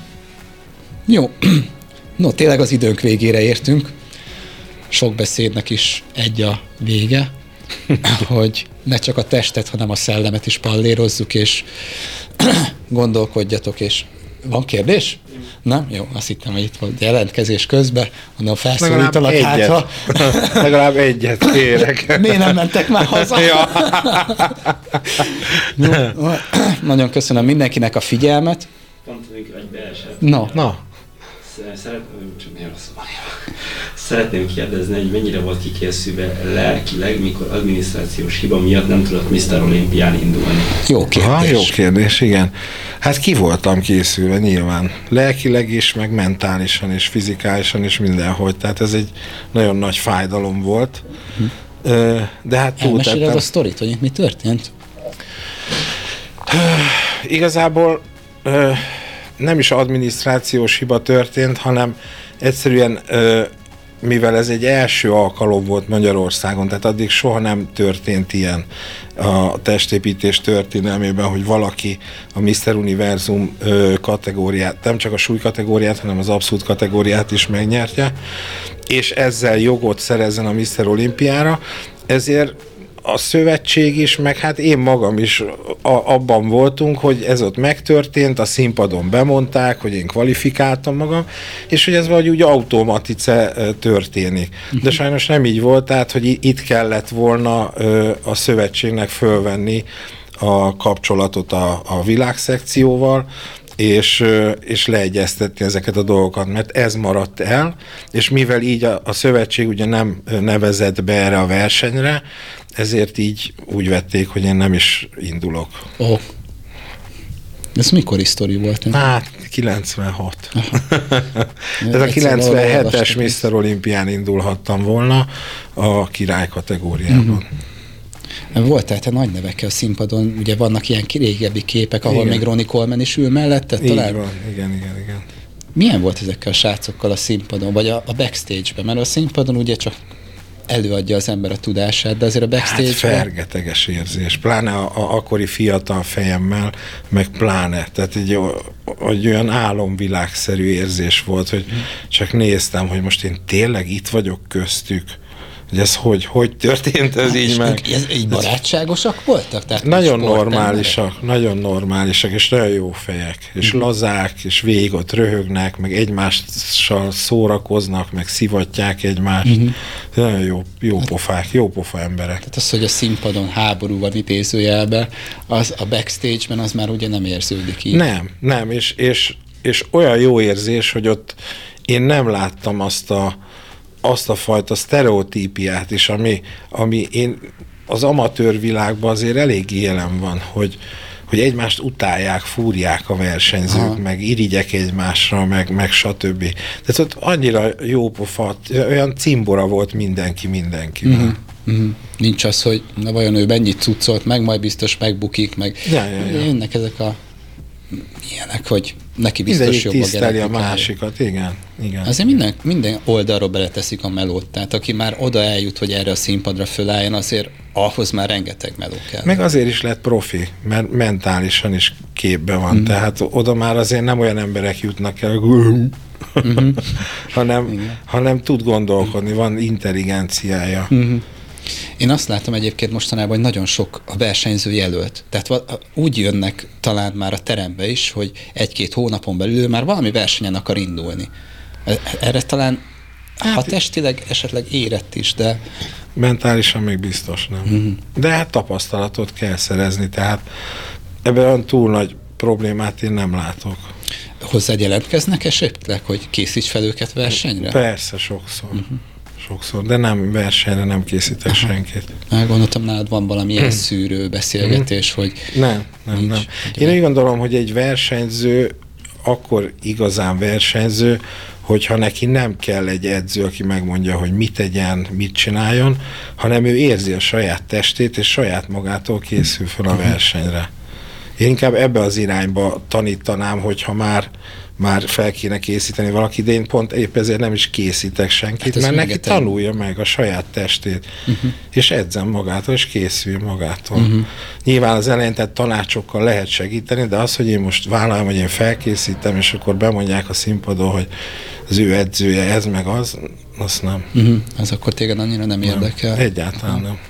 Jó. No, tényleg az időnk végére értünk. Sok beszédnek is egy a vége, hogy ne csak a testet, hanem a szellemet is pallérozzuk, és gondolkodjatok, és van kérdés? Nem? Jó, azt hittem, hogy itt volt jelentkezés közben, mondom, felszólítalak hát, ha... Legalább egyet kérek. Miért nem mentek már haza? Ja. Jó, nagyon köszönöm mindenkinek a figyelmet. Pont még egy beesett. No. No. Szeretném, csak miért rossz van. Szeretném kérdezni, hogy mennyire volt kikészülve lelkileg, mikor adminisztrációs hiba miatt nem tudott miszter Olympián indulni. Jó kérdés. Ha, jó kérdés, igen. Hát ki voltam készülve nyilván. Lelkileg is, meg mentálisan is, fizikálisan is, mindenhogy. Tehát ez egy nagyon nagy fájdalom volt. Hm. De hát túltettem. Elmeséled a sztorit, hogy mi történt? Igazából nem is adminisztrációs hiba történt, hanem egyszerűen, mivel ez egy első alkalom volt Magyarországon, tehát addig soha nem történt ilyen a testépítés történelmében, hogy valaki a miszter Univerzum kategóriát, nem csak a súly kategóriát, hanem az abszolút kategóriát is megnyerje, és ezzel jogot szerezzen a miszter Olimpiára, ezért a szövetség is, meg hát én magam is a, abban voltunk, hogy ez ott megtörtént, a színpadon bemondták, hogy én kvalifikáltam magam, és hogy ez valahogy úgy automatice történik. De sajnos nem így volt, tehát, hogy itt kellett volna a szövetségnek fölvenni a kapcsolatot a, a világszekcióval, és, és leegyeztetni ezeket a dolgokat, mert ez maradt el, és mivel így a, a szövetség ugye nem nevezett be erre a versenyre, ezért így úgy vették, hogy én nem is indulok. Ó. Oh. Ez mikor sztori volt? Hát, kilencvenhat. Ez a kilencvenhetes miszter Olympián indulhattam volna a király kategóriában. Uh-huh. Volt tehát nagy nevekkel a színpadon, ugye vannak ilyen régebbi képek, ahol igen. még Ronnie Coleman is ül mellette, talán? Így van, igen, igen, igen. Milyen volt ezekkel a srácokkal a színpadon, vagy a, a backstage-ben? Mert a színpadon ugye csak előadja az ember a tudását, de azért a backstage-ben... Hát fergeteges érzés, pláne a, a akkori fiatal fejemmel, meg pláne, tehát így egy olyan álomvilágszerű érzés volt, hogy csak néztem, hogy most én tényleg itt vagyok köztük, hogy ez hogy, hogy történt ez hát így meg. Ez így barátságosak voltak? Tehát nagyon normálisak, nagyon normálisak, és nagyon jó fejek, és uh-huh. lazák, és végig ott röhögnek, meg egymással szórakoznak, meg szivatják egymást. Uh-huh. Nagyon jó, jó pofák, jó pofa emberek. Tehát az, hogy a színpadon háború van idézőjelben, az a backstage-ben az már ugye nem érződik így. Nem, nem, és, és, és olyan jó érzés, hogy ott én nem láttam azt a azt a fajta sztereotípiát is, ami, ami én az amatőr világban azért eléggé jelen van, hogy, hogy egymást utálják, fúrják a versenyzők, aha. meg irigyek egymásra, meg, meg stb. Tehát ott annyira jó pofa, olyan cimbora volt mindenki mindenkivel. Mm-hmm. Mm-hmm. Nincs az, hogy na vajon ő mennyit cuccolt meg, majd biztos megbukik, meg ja, ja, ja. jönnek ezek a ilyenek, hogy neki biztos mindegyik jobb a tiszteli a másikat, igen. igen. Azért minden, minden oldalról beleteszik a melót, tehát aki már oda eljut, hogy erre a színpadra fölálljon, azért ahhoz már rengeteg meló kell. Meg azért is lett profi, mert mentálisan is képben van, mm. tehát oda már azért nem olyan emberek jutnak el, mm-hmm. hanem, hanem tud gondolkodni, van intelligenciája. Mm-hmm. Én azt látom egyébként mostanában, hogy nagyon sok a versenyző jelölt. Tehát úgy jönnek talán már a terembe is, hogy egy-két hónapon belül már valami versenyen akar indulni. Erre talán, hát, ha testileg esetleg érett is, de... Mentálisan még biztos nem. Mm-hmm. De hát tapasztalatot kell szerezni, tehát ebben olyan túl nagy problémát én nem látok. Hozzád jelentkeznek esetleg, hogy készíts fel őket versenyre? Persze, sokszor. Mm-hmm. Sokszor, de nem versenyre nem készítek aha. senkit. Gondoltam, nálad van valamilyen szűrő beszélgetés, hogy... Nem, nem, nincs, nem. Én úgy gondolom, hogy egy versenyző akkor igazán versenyző, hogyha neki nem kell egy edző, aki megmondja, hogy mit tegyen, mit csináljon, hanem ő érzi a saját testét, és saját magától készül fel a versenyre. Én inkább ebbe az irányba tanítanám, hogyha már már fel kéne készíteni valaki, de én pont épp ezért nem is készítek senkit, hát mert neki tanulja meg a saját testét, uh-huh. és edzem magától, és készül magától. Uh-huh. Nyilván az elején tehát tanácsokkal lehet segíteni, de az, hogy én most vállaljam, hogy én felkészítem, és akkor bemondják a színpadon, hogy az ő edzője ez meg az, azt nem. Uh-huh. Az akkor téged annyira nem, nem érdekel? Egyáltalán uh-huh. nem.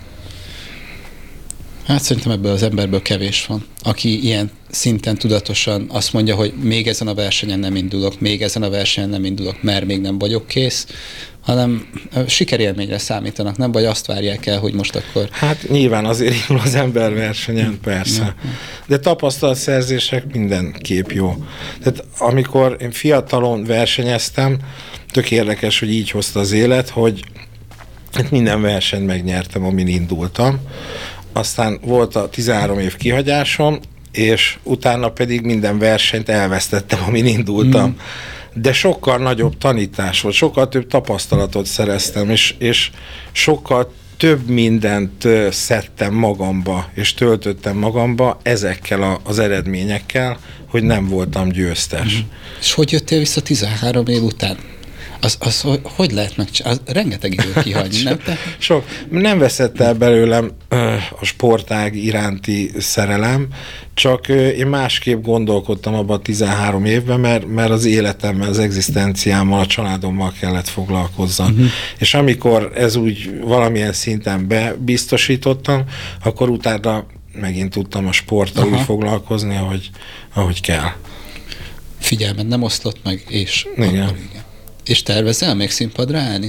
Hát szerintem ebből az emberből kevés van, aki ilyen szinten tudatosan azt mondja, hogy még ezen a versenyen nem indulok, még ezen a versenyen nem indulok, mert még nem vagyok kész, hanem sikerélményre számítanak, nem? Vagy azt várják el, hogy most akkor... Hát nyilván azért indul az ember versenyen, persze. De tapasztalatszerzések mindenképp jó. Tehát amikor én fiatalon versenyeztem, tök érdekes, hogy így hozta az élet, hogy hát minden versenyt megnyertem, amin indultam. Aztán volt a tizenhárom év kihagyásom, és utána pedig minden versenyt elvesztettem, amin indultam. Mm. De sokkal nagyobb tanítás volt, sokkal több tapasztalatot szereztem, és, és sokkal több mindent szedtem magamba, és töltöttem magamba ezekkel a, az eredményekkel, hogy nem voltam győztes. Mm. És hogy jöttél vissza tizenhárom év után? Az, az hogy lehet megcsinálni? Rengeteg idő kihagyni, nem te? Sok. Nem veszett el belőlem a sportág iránti szerelem, csak én másképp gondolkodtam abban a tizenhárom évben, mert, mert az életemmel, az egzisztenciámmal, a családommal kellett foglalkozzam. Uh-huh. És amikor ez úgy valamilyen szinten bebiztosítottam, akkor utána megint tudtam a sporttal úgy foglalkozni, ahogy, ahogy kell. Figyelmed nem oszlott meg, és igen. Akkor igen. És tervezel még színpadra állni?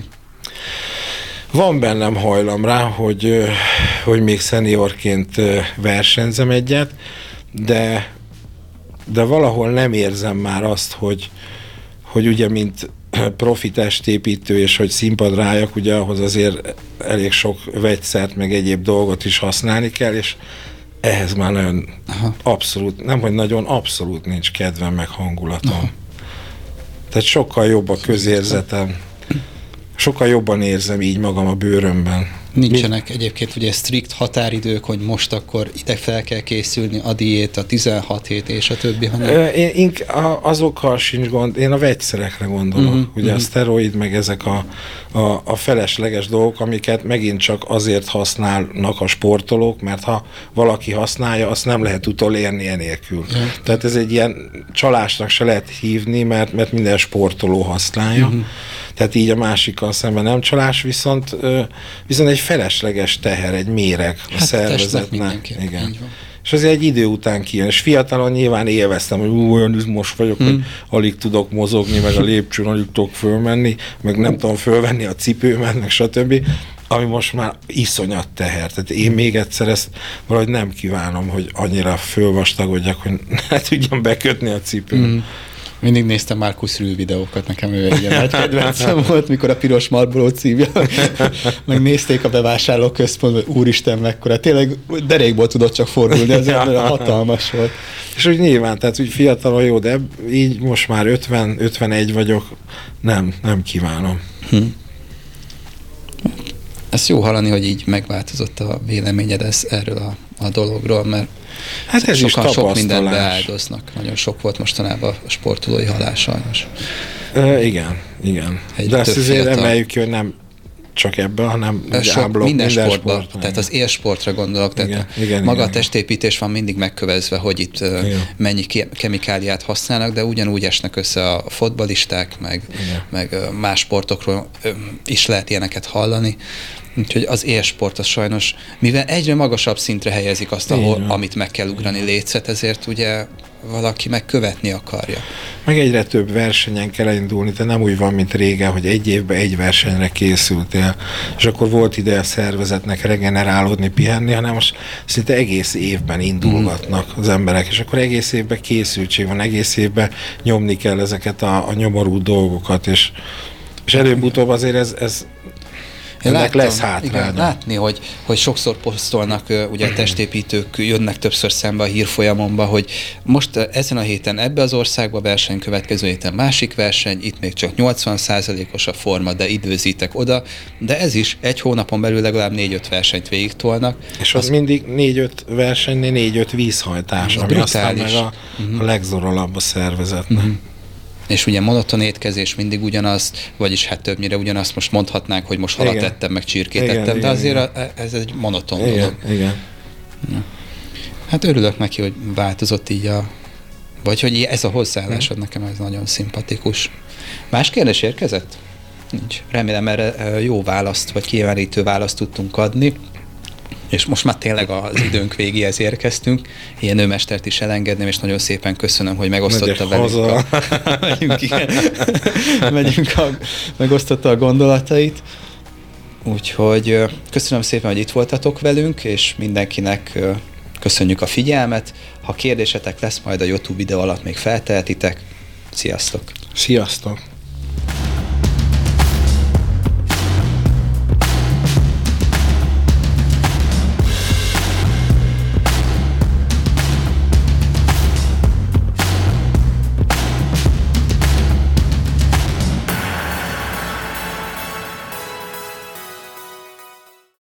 Van bennem hajlam rá, hogy, hogy még szeniorként versenyzem egyet, de, de valahol nem érzem már azt, hogy, hogy ugye mint profi testépítő, és hogy színpadra álljak, ugye ahhoz azért elég sok vegyszert, meg egyéb dolgot is használni kell, és ehhez már nagyon aha. abszolút, nem hogy nagyon, abszolút nincs kedvem, meg hangulatom. Aha. Tehát sokkal jobb a közérzetem. Sokkal jobban érzem így magam a bőrömben. Nincsenek Mi? egyébként ugye strikt határidők, hogy most akkor ide fel kell készülni, a diét, a tizenhat hét és a többi, hanem... Én, én azokkal sincs gond, én a vegyszerekre gondolok. Uh-huh, ugye uh-huh. a szteroid, meg ezek a, a, a felesleges dolgok, amiket megint csak azért használnak a sportolók, mert ha valaki használja, azt nem lehet utolérni enélkül. Uh-huh. Tehát ez egy ilyen csalásnak se lehet hívni, mert, mert minden sportoló használja. Uh-huh. Tehát így a másikkal szemben nem csalás, viszont, viszont egy felesleges teher, egy méreg a hát szervezetnek. Igen. És azért egy idő után kijön. És fiatalon nyilván élveztem, hogy ú, olyan izmos vagyok, hmm. hogy alig tudok mozogni, meg a lépcsőn alig tudok fölmenni, meg nem tudom fölvenni a cipőmet, meg stb. Ami most már iszonyat teher. Tehát én még egyszer ezt valahogy nem kívánom, hogy annyira fölvastagodjak, hogy ne tudjam bekötni a cipőm. Hmm. Mindig néztem Markus Rühl videókat, nekem ő egy ilyen nagy kedvencem volt, mikor a piros Marlboro szívja, meg nézték a bevásárlóközpontban, hogy úristen mekkora, tényleg derékból tudott csak fordulni, ez hatalmas volt. És úgy nyilván, tehát úgy fiatalon jó, de így most már ötven ötvenegy vagyok, nem, nem kívánom. Hm. Ez jó hallani, hogy így megváltozott a véleményed ez, erről a, a dologról, mert hát ez sokan sok mindent beáldoznak. Nagyon sok volt mostanában a sportolói halál sajnos. E, igen, igen. Egy de azt azért emeljük ki, hogy nem csak ebben, hanem sok, áblok, minden, minden sportban. Sport, tehát az élsportra gondolok, tehát igen, igen, maga igen, a testépítés van mindig megkövezve, hogy itt igen. mennyi kemikáliát használnak, de ugyanúgy esnek össze a fotbalisták, meg, meg más sportokról is lehet ilyeneket hallani. Úgyhogy az élsport az sajnos, mivel egyre magasabb szintre helyezik azt, ahol, amit meg kell ugrani létszet, ezért ugye valaki megkövetni akarja. Meg egyre több versenyen kell indulni, de nem úgy van, mint régen, hogy egy évben egy versenyre készültél, és akkor volt ide a szervezetnek regenerálódni, pihenni, hanem most szinte egész évben indulgatnak az emberek, és akkor egész évben készültség van, egész évben nyomni kell ezeket a, a nyomorú dolgokat, és, és előbb-utóbb azért ez, ez Én láttam, lesz igen, látni, hogy, hogy sokszor posztolnak, ugye a testépítők jönnek többször szembe a hírfolyamomba, hogy most ezen a héten ebbe az országba verseny, következő héten másik verseny, itt még csak nyolcvan százalékos a forma, de időzítek oda, de ez is egy hónapon belül legalább négy-öt versenyt végig tolnak. És az, az mindig négy-öt versenynél négy-öt vízhajtás, ami brutális. Aztán meg a, uh-huh. a legzorolabb a szervezetnek. Uh-huh. És ugye monoton étkezés mindig ugyanazt, vagyis hát többnyire ugyanazt, most mondhatnánk, hogy most halat igen. ettem, meg csirkét igen, ettem, igen, de azért igen. A, ez egy monoton igen, dolog. Igen. Ja. Hát örülök neki, hogy változott így a... Vagy hogy ez a hozzáállásod, nekem ez nagyon szimpatikus. Más kérdés érkezett? Nincs. Remélem erre jó választ, vagy kielégítő választ tudtunk adni. És most már tényleg az időnk végéhez érkeztünk. Én nőmestert is elengedném, és nagyon szépen köszönöm, hogy megosztotta velünk a... Megyünk, igen. Megyünk a... megosztotta a gondolatait. Úgyhogy köszönöm szépen, hogy itt voltatok velünk, és mindenkinek köszönjük a figyelmet. Ha kérdésetek lesz, majd a YouTube videó alatt még feltehetitek. Sziasztok! Sziasztok!